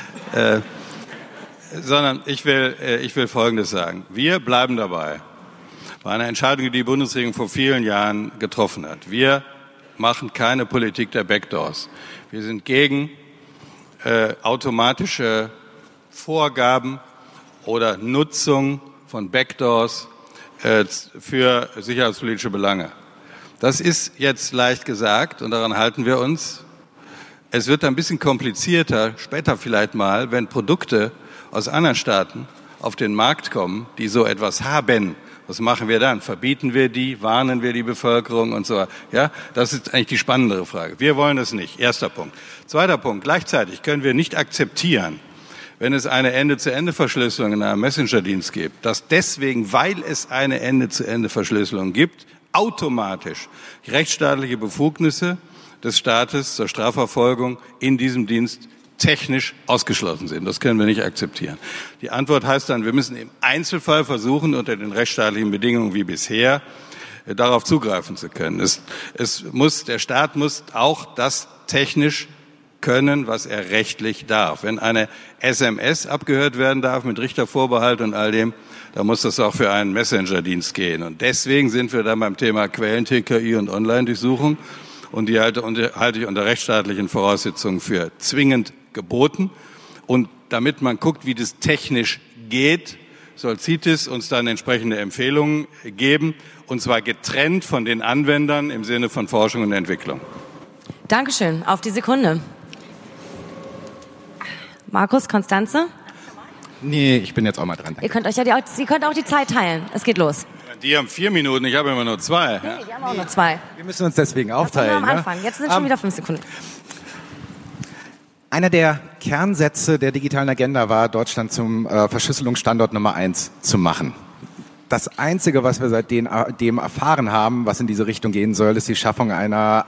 Speaker 1: Sondern ich will Folgendes sagen. Wir bleiben dabei. War eine Entscheidung, die die Bundesregierung vor vielen Jahren getroffen hat. Wir machen keine Politik der Backdoors. Wir sind gegen automatische Vorgaben oder Nutzung von Backdoors für sicherheitspolitische Belange. Das ist jetzt leicht gesagt und daran halten wir uns. Es wird ein bisschen komplizierter, später vielleicht mal, wenn Produkte aus anderen Staaten auf den Markt kommen, die so etwas haben. Was machen wir dann? Verbieten wir die? Warnen wir die Bevölkerung und so weiter? Ja, das ist eigentlich die spannendere Frage. Wir wollen das nicht. Erster Punkt. Zweiter Punkt. Gleichzeitig können wir nicht akzeptieren, wenn es eine Ende-zu-Ende-Verschlüsselung in einem Messenger-Dienst gibt, dass deswegen, weil es eine Ende-zu-Ende-Verschlüsselung gibt, automatisch rechtsstaatliche Befugnisse des Staates zur Strafverfolgung in diesem Dienst technisch ausgeschlossen sind. Das können wir nicht akzeptieren. Die Antwort heißt dann, wir müssen im Einzelfall versuchen, unter den rechtsstaatlichen Bedingungen wie bisher darauf zugreifen zu können. Der Staat muss auch das technisch können, was er rechtlich darf. Wenn eine SMS abgehört werden darf mit Richtervorbehalt und all dem, dann muss das auch für einen Messenger-Dienst gehen. Und deswegen sind wir dann beim Thema Quellen-TKI und Online-Durchsuchung. Und die halte ich unter rechtsstaatlichen Voraussetzungen für zwingend geboten. Und damit man guckt, wie das technisch geht, soll CITES uns dann entsprechende Empfehlungen geben. Und zwar getrennt von den Anwendern im Sinne von Forschung und Entwicklung.
Speaker 2: Dankeschön. Auf die Sekunde. Markus, Konstanze?
Speaker 3: Nee, ich bin jetzt auch mal dran.
Speaker 2: Ihr könnt auch die Zeit teilen. Es geht los.
Speaker 1: Die haben 4 Minuten, ich habe immer nur 2.
Speaker 2: Nee, die haben auch nur 2.
Speaker 3: Wir müssen uns deswegen aufteilen.
Speaker 2: Das war nur am Anfang. Jetzt sind schon wieder 5 Sekunden.
Speaker 3: Einer der Kernsätze der digitalen Agenda war, Deutschland zum Verschlüsselungsstandort Nummer 1 zu machen. Das Einzige, was wir seitdem erfahren haben, was in diese Richtung gehen soll, ist die Schaffung einer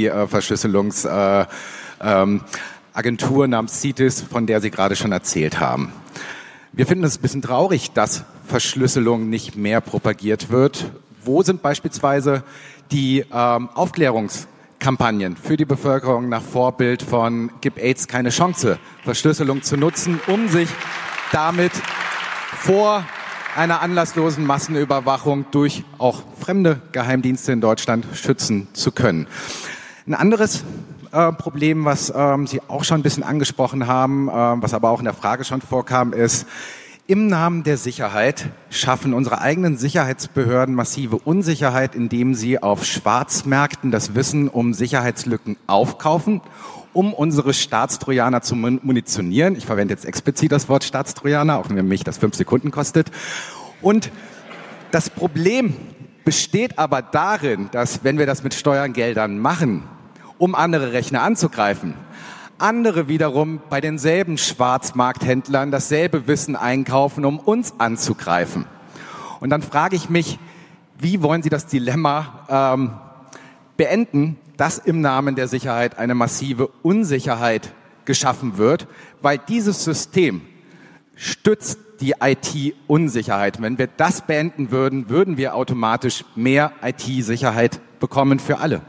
Speaker 3: Anti-Verschlüsselungsagentur namens CITES, von der Sie gerade schon erzählt haben. Wir finden es ein bisschen traurig, dass Verschlüsselung nicht mehr propagiert wird. Wo sind beispielsweise die Aufklärungskampagnen für die Bevölkerung nach Vorbild von Gib AIDS keine Chance, Verschlüsselung zu nutzen, um sich damit vor einer anlasslosen Massenüberwachung durch auch fremde Geheimdienste in Deutschland schützen zu können? Ein anderes Problem, was Sie auch schon ein bisschen angesprochen haben, was aber auch in der Frage schon vorkam, ist, im Namen der Sicherheit schaffen unsere eigenen Sicherheitsbehörden massive Unsicherheit, indem sie auf Schwarzmärkten das Wissen um Sicherheitslücken aufkaufen, um unsere Staatstrojaner zu munitionieren. Ich verwende jetzt explizit das Wort Staatstrojaner, auch wenn mich das 5 Sekunden kostet. Und das Problem besteht aber darin, dass, wenn wir das mit Steuergeldern machen, um andere Rechner anzugreifen, andere wiederum bei denselben Schwarzmarkthändlern dasselbe Wissen einkaufen, um uns anzugreifen. Und dann frage ich mich, wie wollen Sie das Dilemma beenden, dass im Namen der Sicherheit eine massive Unsicherheit geschaffen wird, weil dieses System stützt die IT-Unsicherheit. Wenn wir das beenden würden, würden wir automatisch mehr IT-Sicherheit bekommen für alle.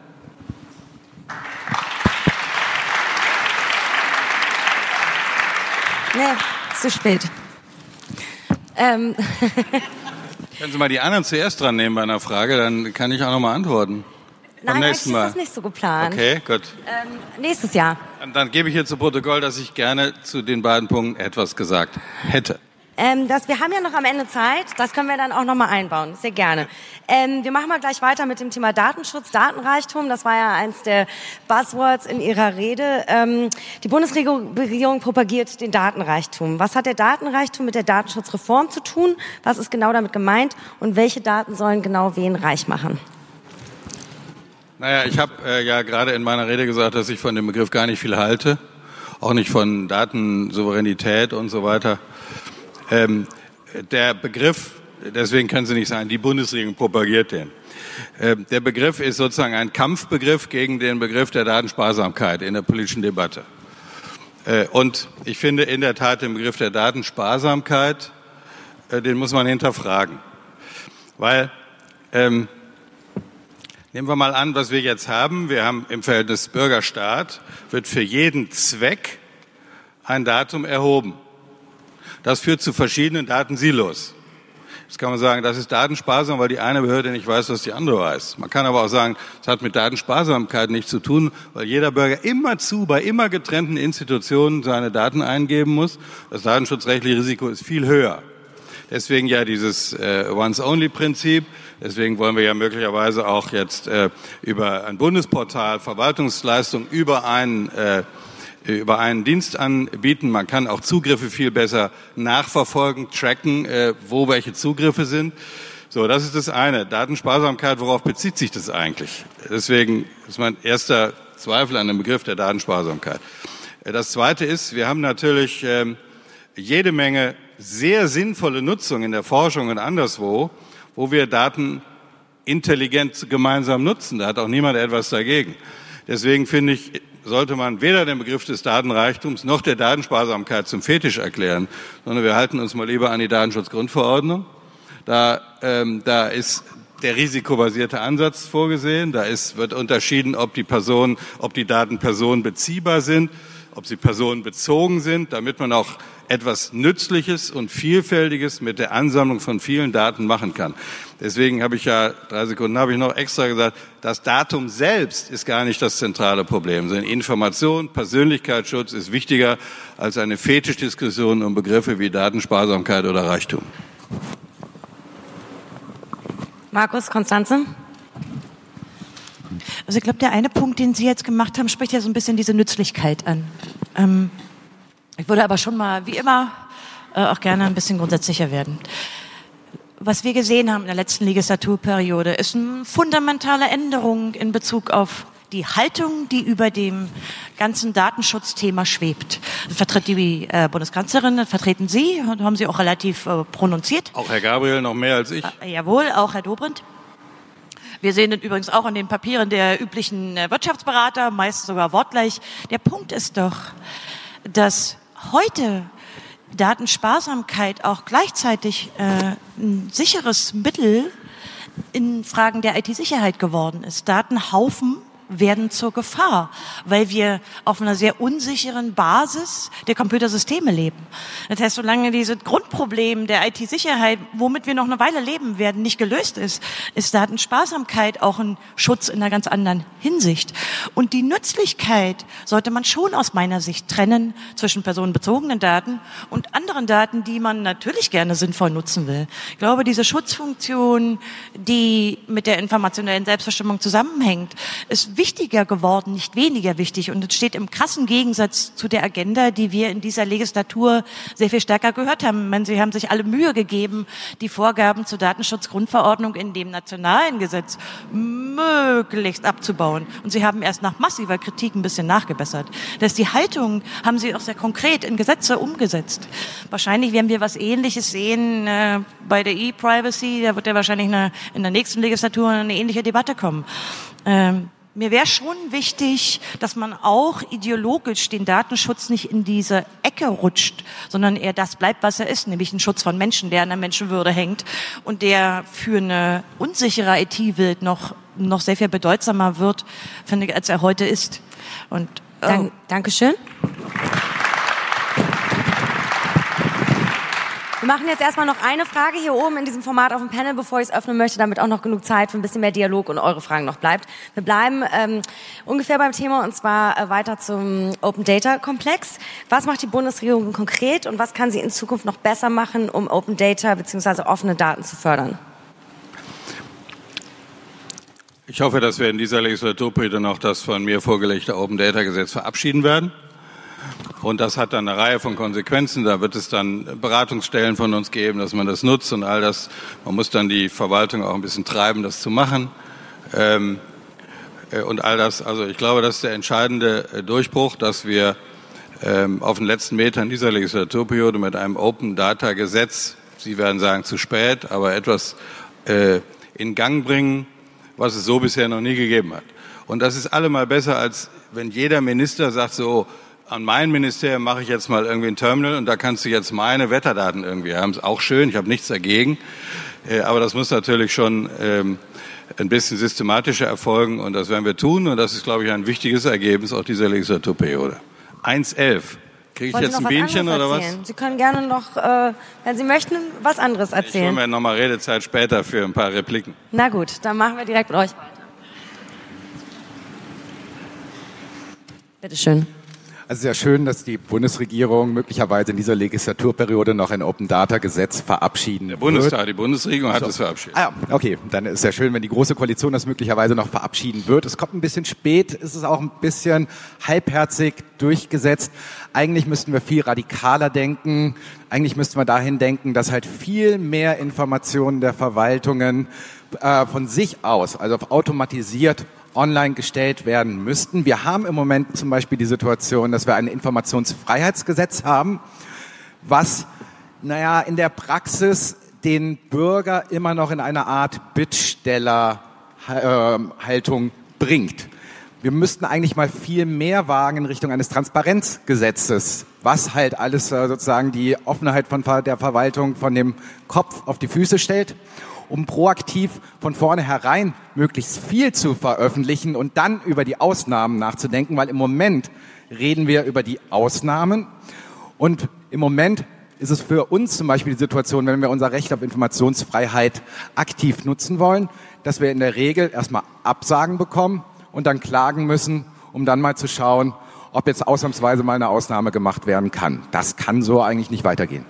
Speaker 2: Nee, zu spät.
Speaker 1: Können Sie mal die anderen zuerst dran nehmen bei einer Frage, dann kann ich auch noch mal antworten.
Speaker 2: Nein, eigentlich ist das nicht so geplant.
Speaker 1: Okay, gut.
Speaker 2: Nächstes Jahr.
Speaker 1: Dann gebe ich hier zu Protokoll, dass ich gerne zu den beiden Punkten etwas gesagt hätte.
Speaker 2: Wir haben ja noch am Ende Zeit, das können wir dann auch noch mal einbauen, sehr gerne. Wir machen mal gleich weiter mit dem Thema Datenschutz, Datenreichtum, das war ja eins der Buzzwords in Ihrer Rede. Die Bundesregierung propagiert den Datenreichtum. Was hat der Datenreichtum mit der Datenschutzreform zu tun? Was ist genau damit gemeint? Und welche Daten sollen genau wen reich machen?
Speaker 1: Naja, ich habe ja gerade in meiner Rede gesagt, dass ich von dem Begriff gar nicht viel halte, auch nicht von Datensouveränität und so weiter. Der Begriff, deswegen können Sie nicht sagen, die Bundesregierung propagiert den. Der Begriff ist sozusagen ein Kampfbegriff gegen den Begriff der Datensparsamkeit in der politischen Debatte. Und ich finde in der Tat den Begriff der Datensparsamkeit, den muss man hinterfragen. Weil, nehmen wir mal an, was wir jetzt haben. Wir haben im Verhältnis Bürger-Staat, wird für jeden Zweck ein Datum erhoben. Das führt zu verschiedenen Datensilos. Jetzt kann man sagen, das ist datensparsam, weil die eine Behörde nicht weiß, was die andere weiß. Man kann aber auch sagen, es hat mit Datensparsamkeit nichts zu tun, weil jeder Bürger immerzu bei immer getrennten Institutionen seine Daten eingeben muss. Das datenschutzrechtliche Risiko ist viel höher. Deswegen ja dieses Once-Only-Prinzip. Deswegen wollen wir ja möglicherweise auch jetzt über ein Bundesportal Verwaltungsleistungen über einen Dienst anbieten. Man kann auch Zugriffe viel besser nachverfolgen, tracken, wo welche Zugriffe sind. So, das ist das eine. Datensparsamkeit, worauf bezieht sich das eigentlich? Deswegen ist mein erster Zweifel an dem Begriff der Datensparsamkeit. Das zweite ist, wir haben natürlich jede Menge sehr sinnvolle Nutzung in der Forschung und anderswo, wo wir Daten intelligent gemeinsam nutzen. Da hat auch niemand etwas dagegen. Deswegen finde ich, sollte man weder den Begriff des Datenreichtums noch der Datensparsamkeit zum Fetisch erklären, sondern wir halten uns mal lieber an die Datenschutzgrundverordnung. Da ist der risikobasierte Ansatz vorgesehen. Da wird unterschieden, ob die Daten personenbeziehbar sind, ob sie personenbezogen sind, damit man auch etwas Nützliches und Vielfältiges mit der Ansammlung von vielen Daten machen kann. Deswegen habe ich ja, 3 Sekunden habe ich noch extra gesagt, das Datum selbst ist gar nicht das zentrale Problem, sondern Information, Persönlichkeitsschutz ist wichtiger als eine Fetischdiskussion um Begriffe wie Datensparsamkeit oder Reichtum.
Speaker 2: Markus, Konstanze?
Speaker 4: Also ich glaube, der eine Punkt, den Sie jetzt gemacht haben, spricht ja so ein bisschen diese Nützlichkeit an. Ich würde aber schon mal, wie immer, auch gerne ein bisschen grundsätzlicher werden. Was wir gesehen haben in der letzten Legislaturperiode, ist eine fundamentale Änderung in Bezug auf die Haltung, die über dem ganzen Datenschutzthema schwebt. Das vertritt die Bundeskanzlerin, das vertreten Sie, und haben Sie auch relativ prononziert.
Speaker 1: Auch Herr Gabriel noch mehr als ich.
Speaker 4: Jawohl, auch Herr Dobrindt. Wir sehen das übrigens auch an den Papieren der üblichen Wirtschaftsberater, meist sogar wortgleich. Der Punkt ist doch, dass heute Datensparsamkeit auch gleichzeitig ein sicheres Mittel in Fragen der IT-Sicherheit geworden ist. Datenhaufen werden zur Gefahr, weil wir auf einer sehr unsicheren Basis der Computersysteme leben. Das heißt, solange dieses Grundproblem der IT-Sicherheit, womit wir noch eine Weile leben werden, nicht gelöst ist, ist Datensparsamkeit auch ein Schutz in einer ganz anderen Hinsicht. Und die Nützlichkeit sollte man schon aus meiner Sicht trennen zwischen personenbezogenen Daten und anderen Daten, die man natürlich gerne sinnvoll nutzen will. Ich glaube, diese Schutzfunktion, die mit der informationellen Selbstbestimmung zusammenhängt, ist wichtiger geworden, nicht weniger wichtig. Und es steht im krassen Gegensatz zu der Agenda, die wir in dieser Legislatur sehr viel stärker gehört haben. Ich meine, Sie haben sich alle Mühe gegeben, die Vorgaben zur Datenschutzgrundverordnung in dem nationalen Gesetz möglichst abzubauen. Und Sie haben erst nach massiver Kritik ein bisschen nachgebessert. Das heißt, die Haltung haben Sie auch sehr konkret in Gesetze umgesetzt. Wahrscheinlich werden wir was Ähnliches sehen bei der E-Privacy. Da wird ja wahrscheinlich in der nächsten Legislatur eine ähnliche Debatte kommen. Mir wäre schon wichtig, dass man auch ideologisch den Datenschutz nicht in diese Ecke rutscht, sondern eher das bleibt, was er ist, nämlich ein Schutz von Menschen, der an der Menschenwürde hängt und der für eine unsichere IT-Welt noch sehr viel bedeutsamer wird, finde ich, als er heute ist. Und
Speaker 2: Dankeschön. Wir machen jetzt erstmal noch eine Frage hier oben in diesem Format auf dem Panel, bevor ich es öffnen möchte, damit auch noch genug Zeit für ein bisschen mehr Dialog und eure Fragen noch bleibt. Wir bleiben ungefähr beim Thema und zwar weiter zum Open Data Komplex. Was macht die Bundesregierung konkret und was kann sie in Zukunft noch besser machen, um Open Data bzw. offene Daten zu fördern?
Speaker 1: Ich hoffe, dass wir in dieser Legislaturperiode noch das von mir vorgelegte Open Data Gesetz verabschieden werden. Und das hat dann eine Reihe von Konsequenzen. Da wird es dann Beratungsstellen von uns geben, dass man das nutzt und all das. Man muss dann die Verwaltung auch ein bisschen treiben, das zu machen. Und all das. Also ich glaube, das ist der entscheidende Durchbruch, dass wir auf den letzten Metern dieser Legislaturperiode mit einem Open Data Gesetz, Sie werden sagen zu spät, aber etwas in Gang bringen, was es so bisher noch nie gegeben hat. Und das ist allemal besser, als wenn jeder Minister sagt so, an mein Ministerium mache ich jetzt mal irgendwie ein Terminal und da kannst du jetzt meine Wetterdaten irgendwie haben. Ist auch schön, ich habe nichts dagegen. Aber das muss natürlich schon ein bisschen systematischer erfolgen und das werden wir tun. Und das ist, glaube ich, ein wichtiges Ergebnis auch dieser Legislaturperiode. 1:11. Kriege ich jetzt ein Bienchen oder was?
Speaker 2: Sie können gerne noch, wenn Sie möchten, was anderes erzählen.
Speaker 1: Ich hole mir nochmal Redezeit später für ein paar Repliken.
Speaker 2: Na gut, dann machen wir direkt mit euch weiter. Bitte schön.
Speaker 3: Also sehr schön, dass die Bundesregierung möglicherweise in dieser Legislaturperiode noch ein Open-Data-Gesetz verabschieden wird.
Speaker 1: Die Bundesregierung hat es verabschiedet.
Speaker 3: Ah ja, okay, dann ist es sehr schön, wenn die Große Koalition das möglicherweise noch verabschieden wird. Es kommt ein bisschen spät, es ist auch ein bisschen halbherzig durchgesetzt. Eigentlich müssten wir viel radikaler denken. Eigentlich müssten wir dahin denken, dass halt viel mehr Informationen der Verwaltungen von sich aus, also automatisiert online gestellt werden müssten. Wir haben im Moment zum Beispiel die Situation, dass wir ein Informationsfreiheitsgesetz haben, was, in der Praxis den Bürger immer noch in eine Art Bittstellerhaltung bringt. Wir müssten eigentlich mal viel mehr wagen in Richtung eines Transparenzgesetzes, was halt alles sozusagen die Offenheit von der Verwaltung von dem Kopf auf die Füße stellt, um proaktiv von vornherein möglichst viel zu veröffentlichen und dann über die Ausnahmen nachzudenken, weil im Moment reden wir über die Ausnahmen und im Moment ist es für uns zum Beispiel die Situation, wenn wir unser Recht auf Informationsfreiheit aktiv nutzen wollen, dass wir in der Regel erstmal Absagen bekommen und dann klagen müssen, um dann mal zu schauen, ob jetzt ausnahmsweise mal eine Ausnahme gemacht werden kann. Das kann so eigentlich nicht weitergehen.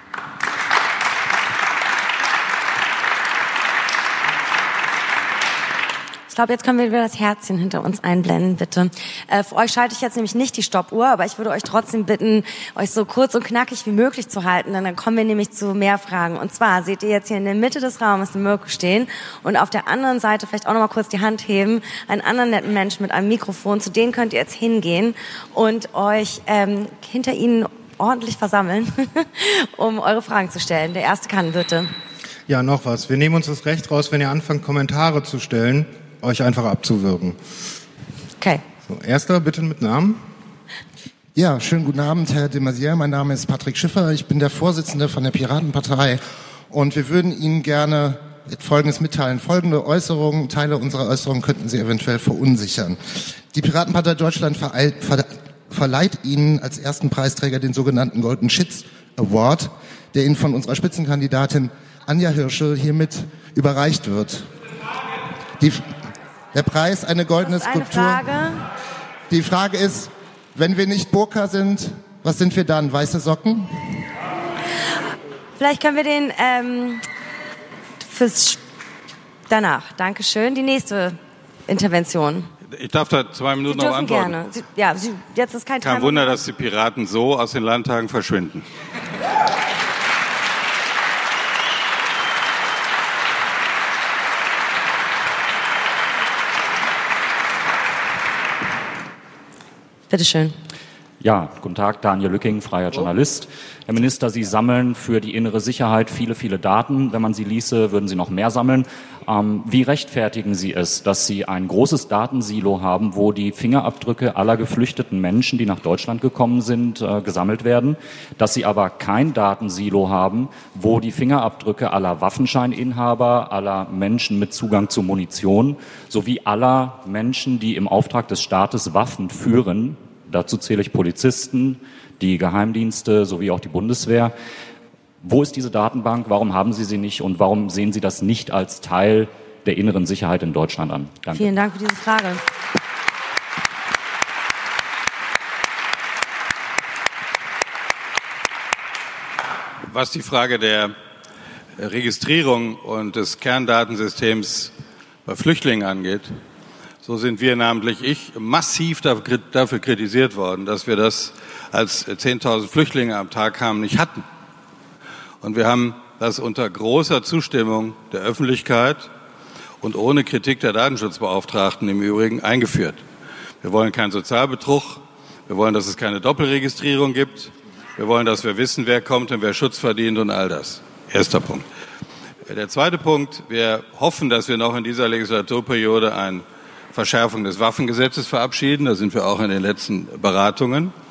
Speaker 2: Ich glaube, jetzt können wir wieder das Herzchen hinter uns einblenden, bitte. Für euch schalte ich jetzt nämlich nicht die Stoppuhr, aber ich würde euch trotzdem bitten, euch so kurz und knackig wie möglich zu halten, denn dann kommen wir nämlich zu mehr Fragen. Und zwar seht ihr jetzt hier in der Mitte des Raumes eine Mirko stehen und auf der anderen Seite vielleicht auch noch mal kurz die Hand heben, einen anderen netten Menschen mit einem Mikrofon, zu denen könnt ihr jetzt hingehen und euch hinter ihnen ordentlich versammeln, um eure Fragen zu stellen. Der Erste kann, bitte.
Speaker 5: Ja, noch was. Wir nehmen uns das Recht raus, wenn ihr anfangt, Kommentare zu stellen, euch einfach abzuwürgen.
Speaker 2: Okay.
Speaker 5: So, Erster, bitte mit Namen.
Speaker 6: Ja, schönen guten Abend, Herr de Maizière. Mein Name ist Patrick Schiffer. Ich bin der Vorsitzende von der Piratenpartei. Und wir würden Ihnen gerne Folgendes mitteilen. Folgende Äußerungen, Teile unserer Äußerungen könnten Sie eventuell verunsichern. Die Piratenpartei Deutschland verleiht Ihnen als ersten Preisträger den sogenannten Golden Shits Award, der Ihnen von unserer Spitzenkandidatin Anja Hirschel hiermit überreicht wird. Der Preis, eine goldene Skulptur.
Speaker 2: Frage.
Speaker 6: Die Frage ist, wenn wir nicht Burka sind, was sind wir dann? Weiße Socken?
Speaker 2: Vielleicht können wir den danach. Dankeschön. Die nächste Intervention.
Speaker 1: Ich darf da 2 Minuten noch antworten.
Speaker 2: Gerne. Jetzt ist kein
Speaker 1: Kein Wunder, dass die Piraten so aus den Landtagen verschwinden.
Speaker 2: Bitte schön.
Speaker 7: Ja, guten Tag, Daniel Lücking, freier Journalist. Herr Minister, Sie sammeln für die innere Sicherheit viele, viele Daten. Wenn man sie ließe, würden Sie noch mehr sammeln. Wie rechtfertigen Sie es, dass Sie ein großes Datensilo haben, wo die Fingerabdrücke aller geflüchteten Menschen, die nach Deutschland gekommen sind, gesammelt werden, dass Sie aber kein Datensilo haben, wo die Fingerabdrücke aller Waffenscheininhaber, aller Menschen mit Zugang zu Munition sowie aller Menschen, die im Auftrag des Staates Waffen führen, dazu zähle ich Polizisten, die Geheimdienste sowie auch die Bundeswehr. Wo ist diese Datenbank? Warum haben Sie sie nicht? Und warum sehen Sie das nicht als Teil der inneren Sicherheit in Deutschland an? Danke.
Speaker 2: Vielen Dank für diese Frage.
Speaker 1: Was die Frage der Registrierung und des Kerndatensystems bei Flüchtlingen angeht, so sind wir, namentlich ich, massiv dafür kritisiert worden, dass wir das, als 10.000 Flüchtlinge am Tag kamen, nicht hatten. Und wir haben das unter großer Zustimmung der Öffentlichkeit und ohne Kritik der Datenschutzbeauftragten im Übrigen eingeführt. Wir wollen keinen Sozialbetrug. Wir wollen, dass es keine Doppelregistrierung gibt. Wir wollen, dass wir wissen, wer kommt und wer Schutz verdient und all das. Erster Punkt. Der zweite Punkt. Wir hoffen, dass wir noch in dieser Legislaturperiode eine Verschärfung des Waffengesetzes verabschieden. Da sind wir auch in den letzten Beratungen.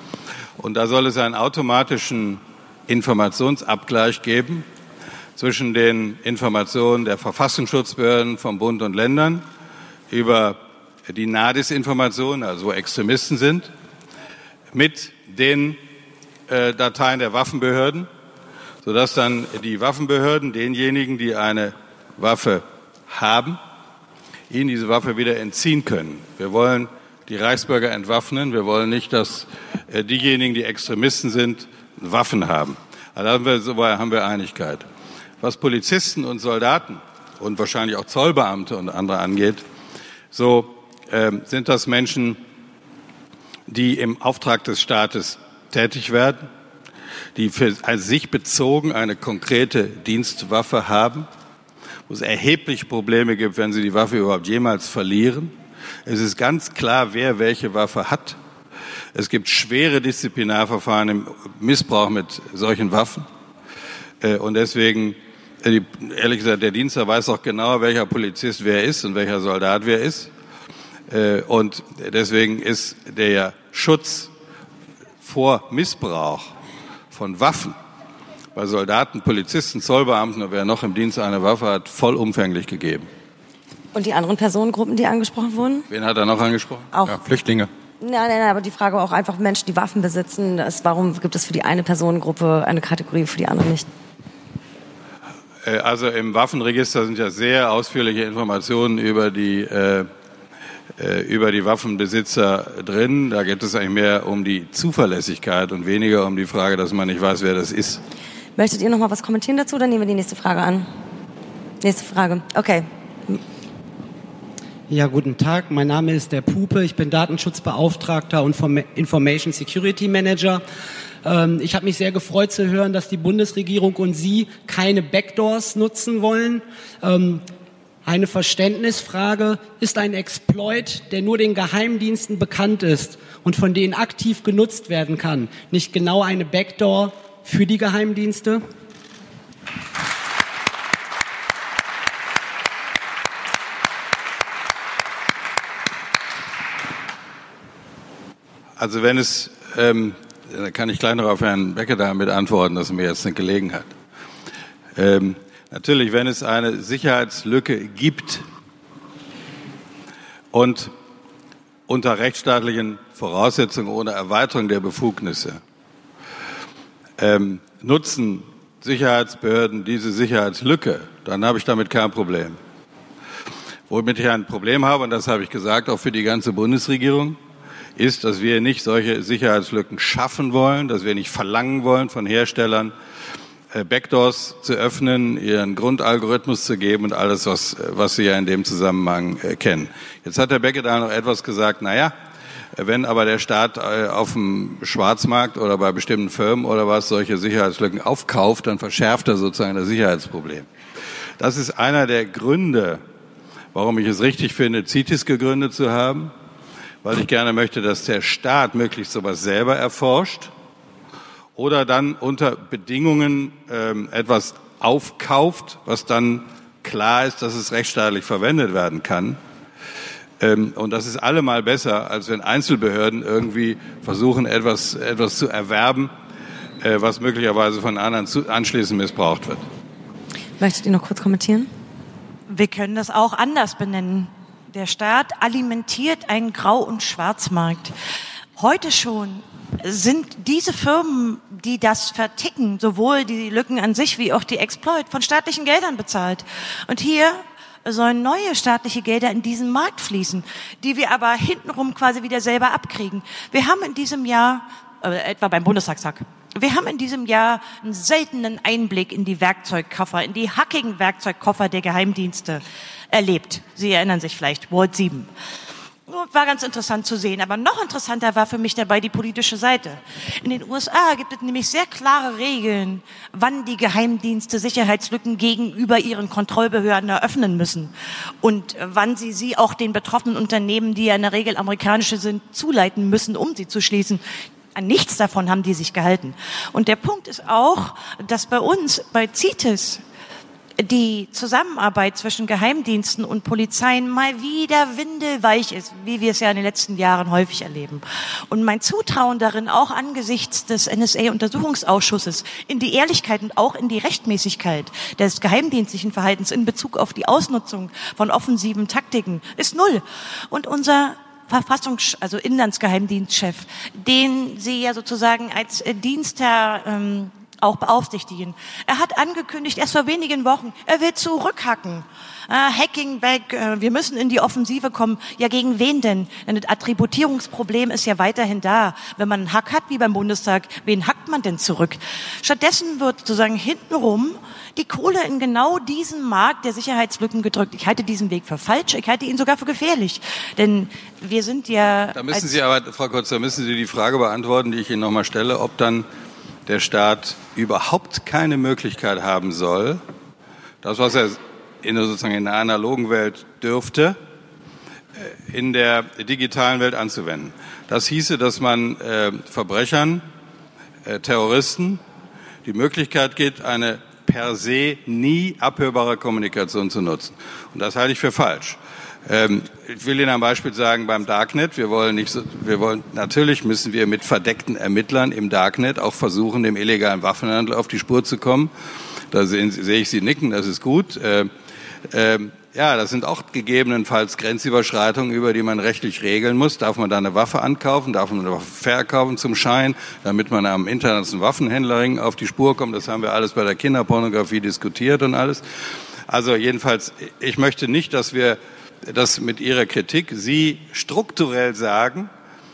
Speaker 1: Und da soll es einen automatischen Informationsabgleich geben zwischen den Informationen der Verfassungsschutzbehörden von Bund und Ländern über die NADIS-Informationen, also wo Extremisten sind, mit den Dateien der Waffenbehörden, sodass dann die Waffenbehörden denjenigen, die eine Waffe haben, ihnen diese Waffe wieder entziehen können. Wir wollen die Reichsbürger entwaffnen. Wir wollen nicht, dass diejenigen, die Extremisten sind, Waffen haben. Also da haben wir Einigkeit. Was Polizisten und Soldaten und wahrscheinlich auch Zollbeamte und andere angeht, so sind das Menschen, die im Auftrag des Staates tätig werden, die für sich bezogen eine konkrete Dienstwaffe haben, wo es erhebliche Probleme gibt, wenn sie die Waffe überhaupt jemals verlieren. Es ist ganz klar, wer welche Waffe hat. Es gibt schwere Disziplinarverfahren im Missbrauch mit solchen Waffen. Und deswegen, ehrlich gesagt, der Dienstler weiß auch genau, welcher Polizist wer ist und welcher Soldat wer ist. Und deswegen ist der Schutz vor Missbrauch von Waffen bei Soldaten, Polizisten, Zollbeamten und wer noch im Dienst eine Waffe hat, vollumfänglich gegeben.
Speaker 2: Und die anderen Personengruppen, die angesprochen wurden?
Speaker 1: Wen hat er noch angesprochen?
Speaker 2: Auch
Speaker 3: Ja, Flüchtlinge.
Speaker 2: Nein, aber die Frage war auch einfach Menschen, die Waffen besitzen. Warum gibt es für die eine Personengruppe eine Kategorie, für die andere nicht?
Speaker 1: Also im Waffenregister sind ja sehr ausführliche Informationen über die Waffenbesitzer drin. Da geht es eigentlich mehr um die Zuverlässigkeit und weniger um die Frage, dass man nicht weiß, wer das ist.
Speaker 2: Möchtet ihr noch mal was kommentieren dazu? Dann nehmen wir die nächste Frage an. Nächste Frage. Okay.
Speaker 8: Ja, guten Tag. Mein Name ist der Pupe. Ich bin Datenschutzbeauftragter und Information Security Manager. Ich habe mich sehr gefreut zu hören, dass die Bundesregierung und Sie keine Backdoors nutzen wollen. Eine Verständnisfrage: Ist ein Exploit, der nur den Geheimdiensten bekannt ist und von denen aktiv genutzt werden kann, nicht genau eine Backdoor für die Geheimdienste?
Speaker 1: Also wenn es, da kann ich gleich noch auf Herrn Beckedahl mit antworten, dass er mir jetzt nicht gelegen hat. Natürlich, wenn es eine Sicherheitslücke gibt und unter rechtsstaatlichen Voraussetzungen ohne Erweiterung der Befugnisse nutzen Sicherheitsbehörden diese Sicherheitslücke, dann habe ich damit kein Problem. Womit ich ein Problem habe, und das habe ich gesagt, auch für die ganze Bundesregierung, ist, dass wir nicht solche Sicherheitslücken schaffen wollen, dass wir nicht verlangen wollen von Herstellern, Backdoors zu öffnen, ihren Grundalgorithmus zu geben und alles, was Sie ja in dem Zusammenhang kennen. Jetzt hat Herr Beckedahl noch etwas gesagt, wenn aber der Staat auf dem Schwarzmarkt oder bei bestimmten Firmen oder was solche Sicherheitslücken aufkauft, dann verschärft er sozusagen das Sicherheitsproblem. Das ist einer der Gründe, warum ich es richtig finde, CITES gegründet zu haben, weil ich gerne möchte, dass der Staat möglichst sowas selber erforscht oder dann unter Bedingungen etwas aufkauft, was dann klar ist, dass es rechtsstaatlich verwendet werden kann. Und das ist allemal besser, als wenn Einzelbehörden irgendwie versuchen, etwas zu erwerben, was möglicherweise von anderen anschließend missbraucht wird.
Speaker 2: Möchtet ihr noch kurz kommentieren?
Speaker 4: Wir können das auch anders benennen. Der Staat alimentiert einen Grau- und Schwarzmarkt. Heute schon sind diese Firmen, die das verticken, sowohl die Lücken an sich wie auch die Exploit, von staatlichen Geldern bezahlt. Und hier sollen neue staatliche Gelder in diesen Markt fließen, die wir aber hintenrum quasi wieder selber abkriegen. Wir haben in diesem Jahr, etwa beim Bundestagstag, wir haben in diesem Jahr einen seltenen Einblick in die Werkzeugkoffer, in die hackigen Werkzeugkoffer der Geheimdienste erlebt. Sie erinnern sich vielleicht, Vault 7. War ganz interessant zu sehen. Aber noch interessanter war für mich dabei die politische Seite. In den USA gibt es nämlich sehr klare Regeln, wann die Geheimdienste Sicherheitslücken gegenüber ihren Kontrollbehörden eröffnen müssen und wann sie auch den betroffenen Unternehmen, die ja in der Regel amerikanische sind, zuleiten müssen, um sie zu schließen. An nichts davon haben die sich gehalten. Und der Punkt ist auch, dass bei uns, bei CITES, die Zusammenarbeit zwischen Geheimdiensten und Polizeien mal wieder windelweich ist, wie wir es ja in den letzten Jahren häufig erleben. Und mein Zutrauen darin, auch angesichts des NSA-Untersuchungsausschusses, in die Ehrlichkeit und auch in die Rechtmäßigkeit des geheimdienstlichen Verhaltens in Bezug auf die Ausnutzung von offensiven Taktiken, ist null. Und unser also Inlandsgeheimdienstchef, den Sie ja sozusagen als Dienstherr auch beaufsichtigen. Er hat angekündigt, erst vor wenigen Wochen, er will zurückhacken. Hacking back, wir müssen in die Offensive kommen. Ja, gegen wen denn? Denn das Attributierungsproblem ist ja weiterhin da. Wenn man einen Hack hat, wie beim Bundestag, wen hackt man denn zurück? Stattdessen wird sozusagen hintenrum die Kohle in genau diesen Markt der Sicherheitslücken gedrückt. Ich halte diesen Weg für falsch, ich halte ihn sogar für gefährlich. Denn wir sind ja...
Speaker 1: Da müssen Sie aber, Frau Kurz, da müssen Sie die Frage beantworten, die ich Ihnen nochmal stelle, ob dann der Staat überhaupt keine Möglichkeit haben soll, das, was er sozusagen in der analogen Welt dürfte, in der digitalen Welt anzuwenden. Das hieße, dass man Verbrechern, Terroristen die Möglichkeit gibt, eine per se nie abhörbare Kommunikation zu nutzen. Und das halte ich für falsch. Ich will Ihnen ein Beispiel sagen beim Darknet. Natürlich müssen wir mit verdeckten Ermittlern im Darknet auch versuchen, dem illegalen Waffenhandel auf die Spur zu kommen. Da sehe ich Sie nicken, das ist gut. Ja, das sind auch gegebenenfalls Grenzüberschreitungen, über die man rechtlich regeln muss. Darf man da eine Waffe ankaufen? Darf man eine Waffe verkaufen zum Schein, damit man am internationalen Waffenhändlerring auf die Spur kommt? Das haben wir alles bei der Kinderpornografie diskutiert und alles. Also jedenfalls, ich möchte nicht, dass wir das mit Ihrer Kritik Sie strukturell sagen,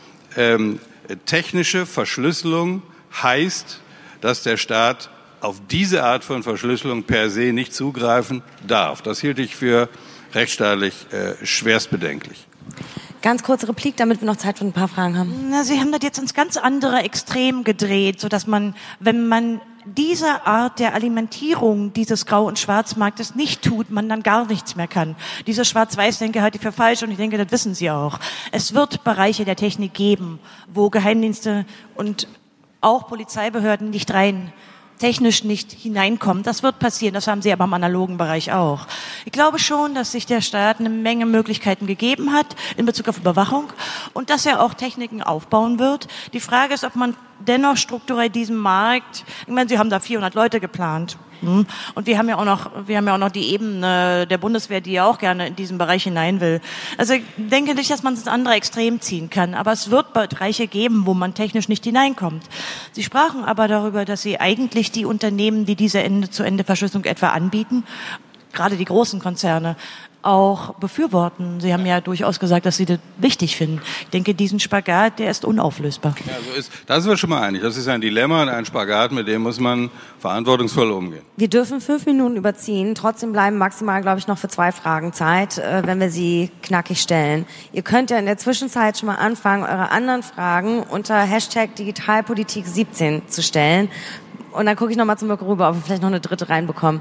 Speaker 1: technische Verschlüsselung heißt, dass der Staat auf diese Art von Verschlüsselung per se nicht zugreifen darf. Das hielt ich für rechtsstaatlich schwerst bedenklich.
Speaker 2: Ganz kurze Replik, damit wir noch Zeit für ein paar Fragen haben.
Speaker 4: Na, Sie haben das jetzt ins ganz andere Extrem gedreht, sodass man, wenn man diese Art der Alimentierung dieses Grau- und Schwarzmarktes nicht tut, man dann gar nichts mehr kann. Diese Schwarz-Weiß-Denke halte ich für falsch und ich denke, das wissen Sie auch. Es wird Bereiche der Technik geben, wo Geheimdienste und auch Polizeibehörden nicht rein technisch nicht hineinkommen. Das wird passieren, das haben Sie aber im analogen Bereich auch. Ich glaube schon, dass sich der Staat eine Menge Möglichkeiten gegeben hat in Bezug auf Überwachung und dass er auch Techniken aufbauen wird. Die Frage ist, ob man dennoch strukturell diesen Markt, ich meine, Sie haben da 400 Leute geplant. Und wir haben ja auch noch die Ebene der Bundeswehr, die ja auch gerne in diesen Bereich hinein will. Also ich denke nicht, dass man es ins andere Extrem ziehen kann, aber es wird Bereiche geben, wo man technisch nicht hineinkommt. Sie sprachen aber darüber, dass Sie eigentlich die Unternehmen, die diese Ende-zu-Ende-Verschlüsselung etwa anbieten, gerade die großen Konzerne, auch befürworten. Sie haben ja durchaus gesagt, dass Sie das wichtig finden. Ich denke, diesen Spagat, der ist unauflösbar.
Speaker 1: Ja, da sind wir schon mal einig. Das ist ein Dilemma und ein Spagat, mit dem muss man verantwortungsvoll umgehen.
Speaker 2: Wir dürfen 5 Minuten überziehen. Trotzdem bleiben maximal, glaube ich, noch für 2 Fragen Zeit, wenn wir sie knackig stellen. Ihr könnt ja in der Zwischenzeit schon mal anfangen, eure anderen Fragen unter #Digitalpolitik17 zu stellen. Und dann gucke ich noch mal zum Mirko rüber, ob wir vielleicht noch eine dritte reinbekommen.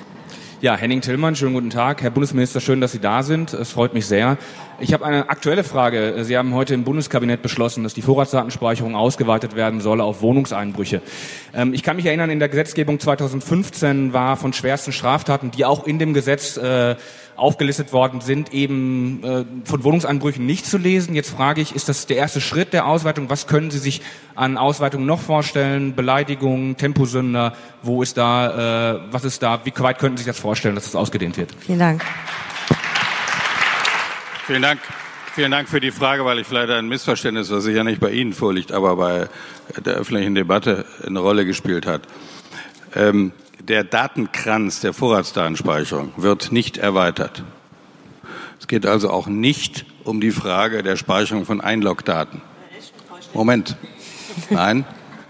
Speaker 9: Ja, Henning Tillmann, schönen guten Tag. Herr Bundesminister, schön, dass Sie da sind. Es freut mich sehr. Ich habe eine aktuelle Frage. Sie haben heute im Bundeskabinett beschlossen, dass die Vorratsdatenspeicherung ausgeweitet werden soll auf Wohnungseinbrüche. Ich kann mich erinnern, in der Gesetzgebung 2015 war von schwersten Straftaten, die auch in dem Gesetz aufgelistet worden sind, eben von Wohnungseinbrüchen nicht zu lesen. Jetzt frage ich, ist das der erste Schritt der Ausweitung? Was können Sie sich an Ausweitungen noch vorstellen? Beleidigungen, Temposünder, was ist da? Wie weit könnten Sie sich das vorstellen, dass das ausgedehnt wird?
Speaker 2: Vielen Dank.
Speaker 1: Vielen Dank für die Frage, weil ich vielleicht ein Missverständnis, was sicher nicht bei Ihnen vorliegt, aber bei der öffentlichen Debatte eine Rolle gespielt hat. Der Datenkranz der Vorratsdatenspeicherung wird nicht erweitert. Es geht also auch nicht um die Frage der Speicherung von Einlogdaten. Moment. Nein.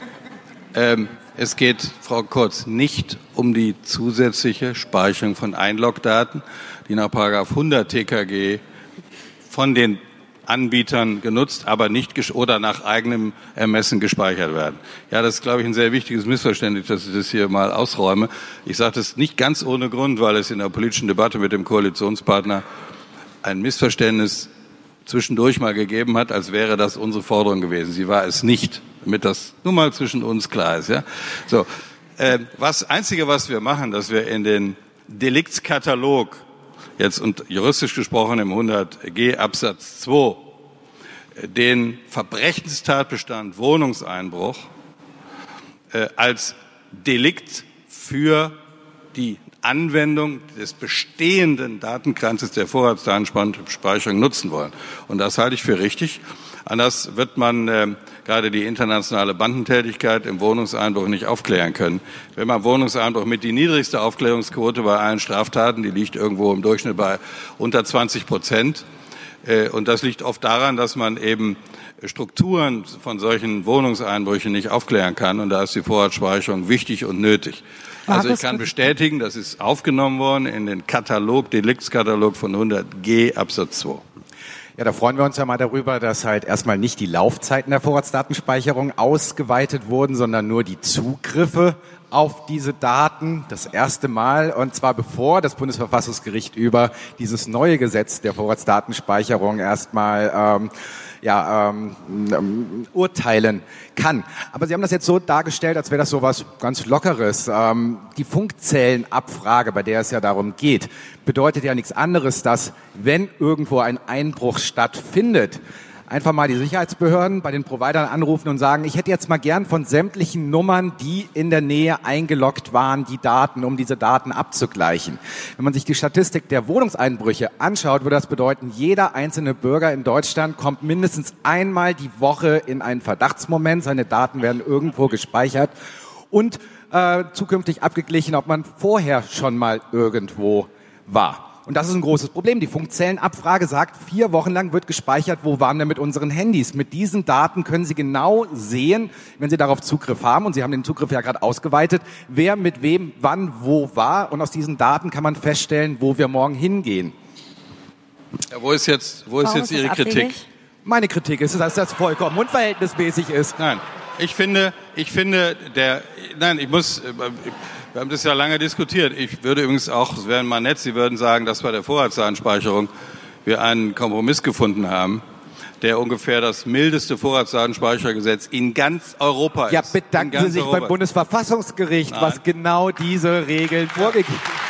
Speaker 1: Es geht, Frau Kurz, nicht um die zusätzliche Speicherung von Einlogdaten, die nach § 100 TKG von den Anbietern genutzt, aber nicht oder nach eigenem Ermessen gespeichert werden. Ja, das ist, glaube ich, ein sehr wichtiges Missverständnis, dass ich das hier mal ausräume. Ich sage das nicht ganz ohne Grund, weil es in der politischen Debatte mit dem Koalitionspartner ein Missverständnis zwischendurch mal gegeben hat, als wäre das unsere Forderung gewesen. Sie war es nicht, damit das nur mal zwischen uns klar ist. Ja, so. Einzige, was wir machen, dass wir in den Deliktskatalog, jetzt und juristisch gesprochen im 100g Absatz 2, den Verbrechenstatbestand Wohnungseinbruch als Delikt für die Anwendung des bestehenden Datenkranzes der Vorratsdatenspeicherung nutzen wollen. Und das halte ich für richtig. Anders wird man gerade die internationale Bandentätigkeit im Wohnungseinbruch nicht aufklären können. Wenn man Wohnungseinbruch mit die niedrigste Aufklärungsquote bei allen Straftaten, die liegt irgendwo im Durchschnitt bei unter 20%. Und das liegt oft daran, dass man eben Strukturen von solchen Wohnungseinbrüchen nicht aufklären kann. Und da ist die Vorratsspeicherung wichtig und nötig. Also ich kann bestätigen, das ist aufgenommen worden in den Katalog, Deliktskatalog von 100g Absatz 2.
Speaker 3: Ja, da freuen wir uns ja mal darüber, dass halt erstmal nicht die Laufzeiten der Vorratsdatenspeicherung ausgeweitet wurden, sondern nur die Zugriffe auf diese Daten das erste Mal, und zwar bevor das Bundesverfassungsgericht über dieses neue Gesetz der Vorratsdatenspeicherung erstmal urteilen kann. Aber Sie haben das jetzt so dargestellt, als wäre das so was ganz Lockeres. Die Funkzellenabfrage, bei der es ja darum geht, bedeutet ja nichts anderes, dass, wenn irgendwo ein Einbruch stattfindet, einfach mal die Sicherheitsbehörden bei den Providern anrufen und sagen, ich hätte jetzt mal gern von sämtlichen Nummern, die in der Nähe eingeloggt waren, die Daten, um diese Daten abzugleichen. Wenn man sich die Statistik der Wohnungseinbrüche anschaut, würde das bedeuten, jeder einzelne Bürger in Deutschland kommt mindestens einmal die Woche in einen Verdachtsmoment. Seine Daten werden irgendwo gespeichert und zukünftig abgeglichen, ob man vorher schon mal irgendwo war. Und das ist ein großes Problem. Die Funkzellenabfrage sagt, 4 Wochen lang wird gespeichert, wo waren wir mit unseren Handys. Mit diesen Daten können Sie genau sehen, wenn Sie darauf Zugriff haben, und Sie haben den Zugriff ja gerade ausgeweitet, wer mit wem wann wo war. Und aus diesen Daten kann man feststellen, wo wir morgen hingehen.
Speaker 1: Ja, wo ist jetzt Ihre Kritik?
Speaker 3: Meine Kritik ist, dass das vollkommen unverhältnismäßig ist.
Speaker 1: Nein, wir haben das ja lange diskutiert. Ich würde übrigens auch, es wäre mal nett, Sie würden sagen, dass bei der Vorratsdatenspeicherung wir einen Kompromiss gefunden haben, der ungefähr das mildeste Vorratsdatenspeichergesetz in ganz Europa ist.
Speaker 3: Ja, bedanken Sie sich beim Bundesverfassungsgericht, was genau diese Regeln vorgibt.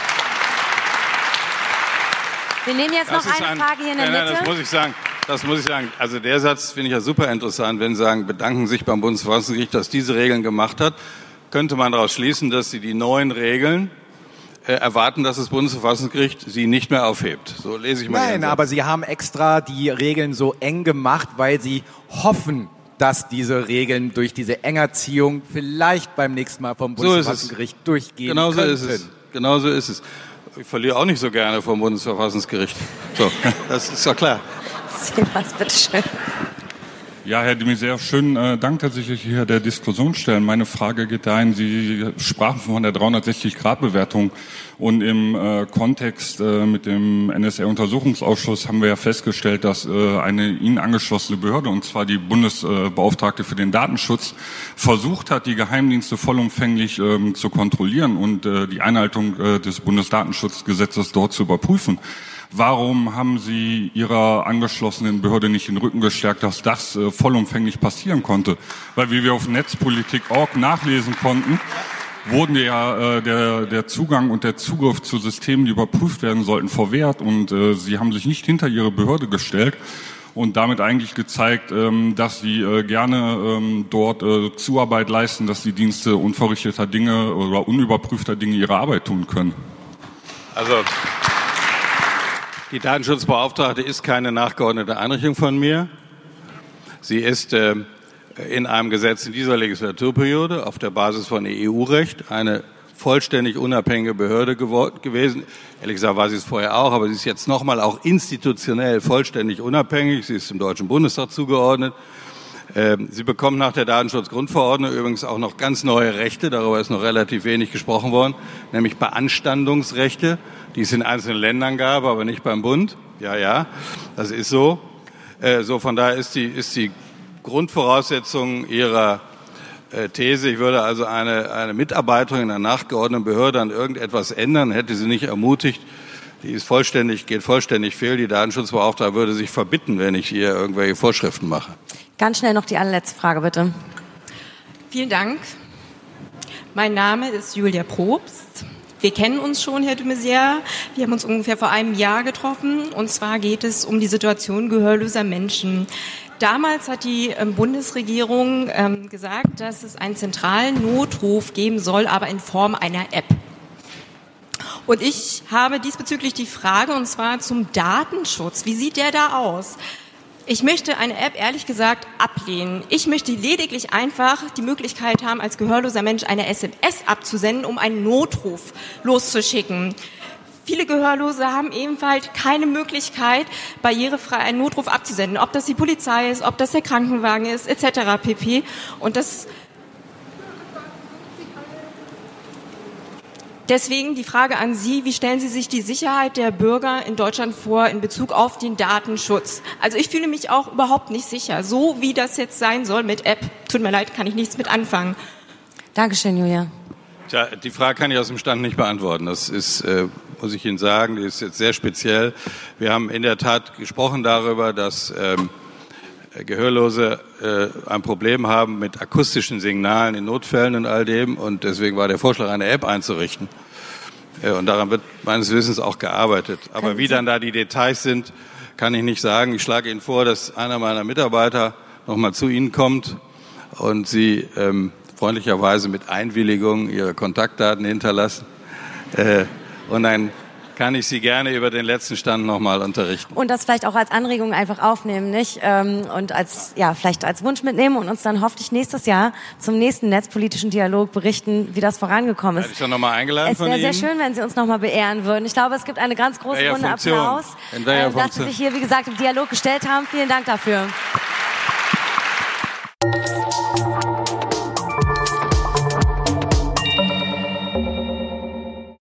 Speaker 2: Wir nehmen jetzt noch eine Frage hier in der Mitte.
Speaker 1: Nein, das muss ich sagen. Also der Satz finde ich ja super interessant, wenn Sie sagen, bedanken sich beim Bundesverfassungsgericht, dass diese Regeln gemacht hat. Könnte man daraus schließen, dass Sie die neuen Regeln erwarten, dass das Bundesverfassungsgericht sie nicht mehr aufhebt. So lese ich mal. Nein,
Speaker 3: aber Sie haben extra die Regeln so eng gemacht, weil Sie hoffen, dass diese Regeln durch diese Engerziehung vielleicht beim nächsten Mal vom Bundesverfassungsgericht durchgehen könnten.
Speaker 1: Genau so ist es. Ich verliere auch nicht so gerne vom Bundesverfassungsgericht. So, das ist doch klar.
Speaker 2: Was, bitteschön.
Speaker 10: Ja, Herr de Maizière, schön Dank, dass Sie sich hier der Diskussion stellen. Meine Frage geht dahin, Sie sprachen von der 360-Grad-Bewertung und im Kontext mit dem NSA-Untersuchungsausschuss haben wir ja festgestellt, dass eine Ihnen angeschlossene Behörde, und zwar die Bundesbeauftragte für den Datenschutz, versucht hat, die Geheimdienste vollumfänglich zu kontrollieren und die Einhaltung des Bundesdatenschutzgesetzes dort zu überprüfen. Warum haben Sie Ihrer angeschlossenen Behörde nicht den Rücken gestärkt, dass das vollumfänglich passieren konnte? Weil, wie wir auf Netzpolitik.org nachlesen konnten, wurden ja der Zugang und der Zugriff zu Systemen, die überprüft werden sollten, verwehrt. Und Sie haben sich nicht hinter Ihre Behörde gestellt und damit eigentlich gezeigt, dass Sie gerne dort Zuarbeit leisten, dass die Dienste unverrichteter Dinge oder unüberprüfter Dinge ihre Arbeit tun können.
Speaker 1: Also die Datenschutzbeauftragte ist keine nachgeordnete Einrichtung von mir. Sie ist in einem Gesetz in dieser Legislaturperiode auf der Basis von EU-Recht eine vollständig unabhängige Behörde gewesen. Ehrlich gesagt war sie es vorher auch, aber sie ist jetzt nochmal auch institutionell vollständig unabhängig. Sie ist dem Deutschen Bundestag zugeordnet. Sie bekommt nach der Datenschutzgrundverordnung übrigens auch noch ganz neue Rechte, darüber ist noch relativ wenig gesprochen worden, nämlich Beanstandungsrechte, die es in einzelnen Ländern gab, aber nicht beim Bund. Ja, das ist so. Von daher ist die Grundvoraussetzung Ihrer These, ich würde also eine Mitarbeiterin in einer nachgeordneten Behörde an irgendetwas ändern, hätte sie nicht ermutigt, geht vollständig fehl. Die Datenschutzbeauftragte würde sich verbitten, wenn ich ihr irgendwelche Vorschriften mache.
Speaker 2: Ganz schnell noch die allerletzte Frage, bitte.
Speaker 11: Vielen Dank. Mein Name ist Julia Probst Wir kennen uns schon, Herr de Maizière. Wir haben uns ungefähr vor einem Jahr getroffen. Und zwar geht es um die Situation gehörloser Menschen. Damals hat die Bundesregierung gesagt, dass es einen zentralen Notruf geben soll, aber in Form einer App. Und ich habe diesbezüglich die Frage, und zwar zum Datenschutz. Wie sieht der da aus? Ich möchte eine App ehrlich gesagt ablehnen. Ich möchte lediglich einfach die Möglichkeit haben, als gehörloser Mensch eine SMS abzusenden, um einen Notruf loszuschicken. Viele Gehörlose haben ebenfalls keine Möglichkeit, barrierefrei einen Notruf abzusenden. Ob das die Polizei ist, ob das der Krankenwagen ist, etc. pp. Und deswegen die Frage an Sie, wie stellen Sie sich die Sicherheit der Bürger in Deutschland vor in Bezug auf den Datenschutz? Also ich fühle mich auch überhaupt nicht sicher. So wie das jetzt sein soll mit App, tut mir leid, kann ich nichts mit anfangen.
Speaker 2: Dankeschön, Julia.
Speaker 1: Tja, die Frage kann ich aus dem Stand nicht beantworten. Das ist, muss ich Ihnen sagen, die ist jetzt sehr speziell. Wir haben in der Tat gesprochen darüber, dass Gehörlose ein Problem haben mit akustischen Signalen in Notfällen und all dem. Und deswegen war der Vorschlag, eine App einzurichten. Und daran wird meines Wissens auch gearbeitet. Aber wie dann da die Details sind, kann ich nicht sagen. Ich schlage Ihnen vor, dass einer meiner Mitarbeiter nochmal zu Ihnen kommt und Sie freundlicherweise mit Einwilligung Ihre Kontaktdaten hinterlassen. Und dann kann ich Sie gerne über den letzten Stand nochmal unterrichten.
Speaker 2: Und das vielleicht auch als Anregung einfach aufnehmen, nicht? Und vielleicht als Wunsch mitnehmen und uns dann hoffentlich nächstes Jahr zum nächsten netzpolitischen Dialog berichten, wie das vorangekommen ist.
Speaker 1: Hätte ich doch nochmal eingeladen von Ihnen?
Speaker 2: Es wäre sehr schön, wenn Sie uns nochmal beehren würden. Ich glaube, es gibt eine ganz große Runde Applaus, dass Sie sich hier, wie gesagt, im Dialog gestellt haben. Vielen Dank dafür.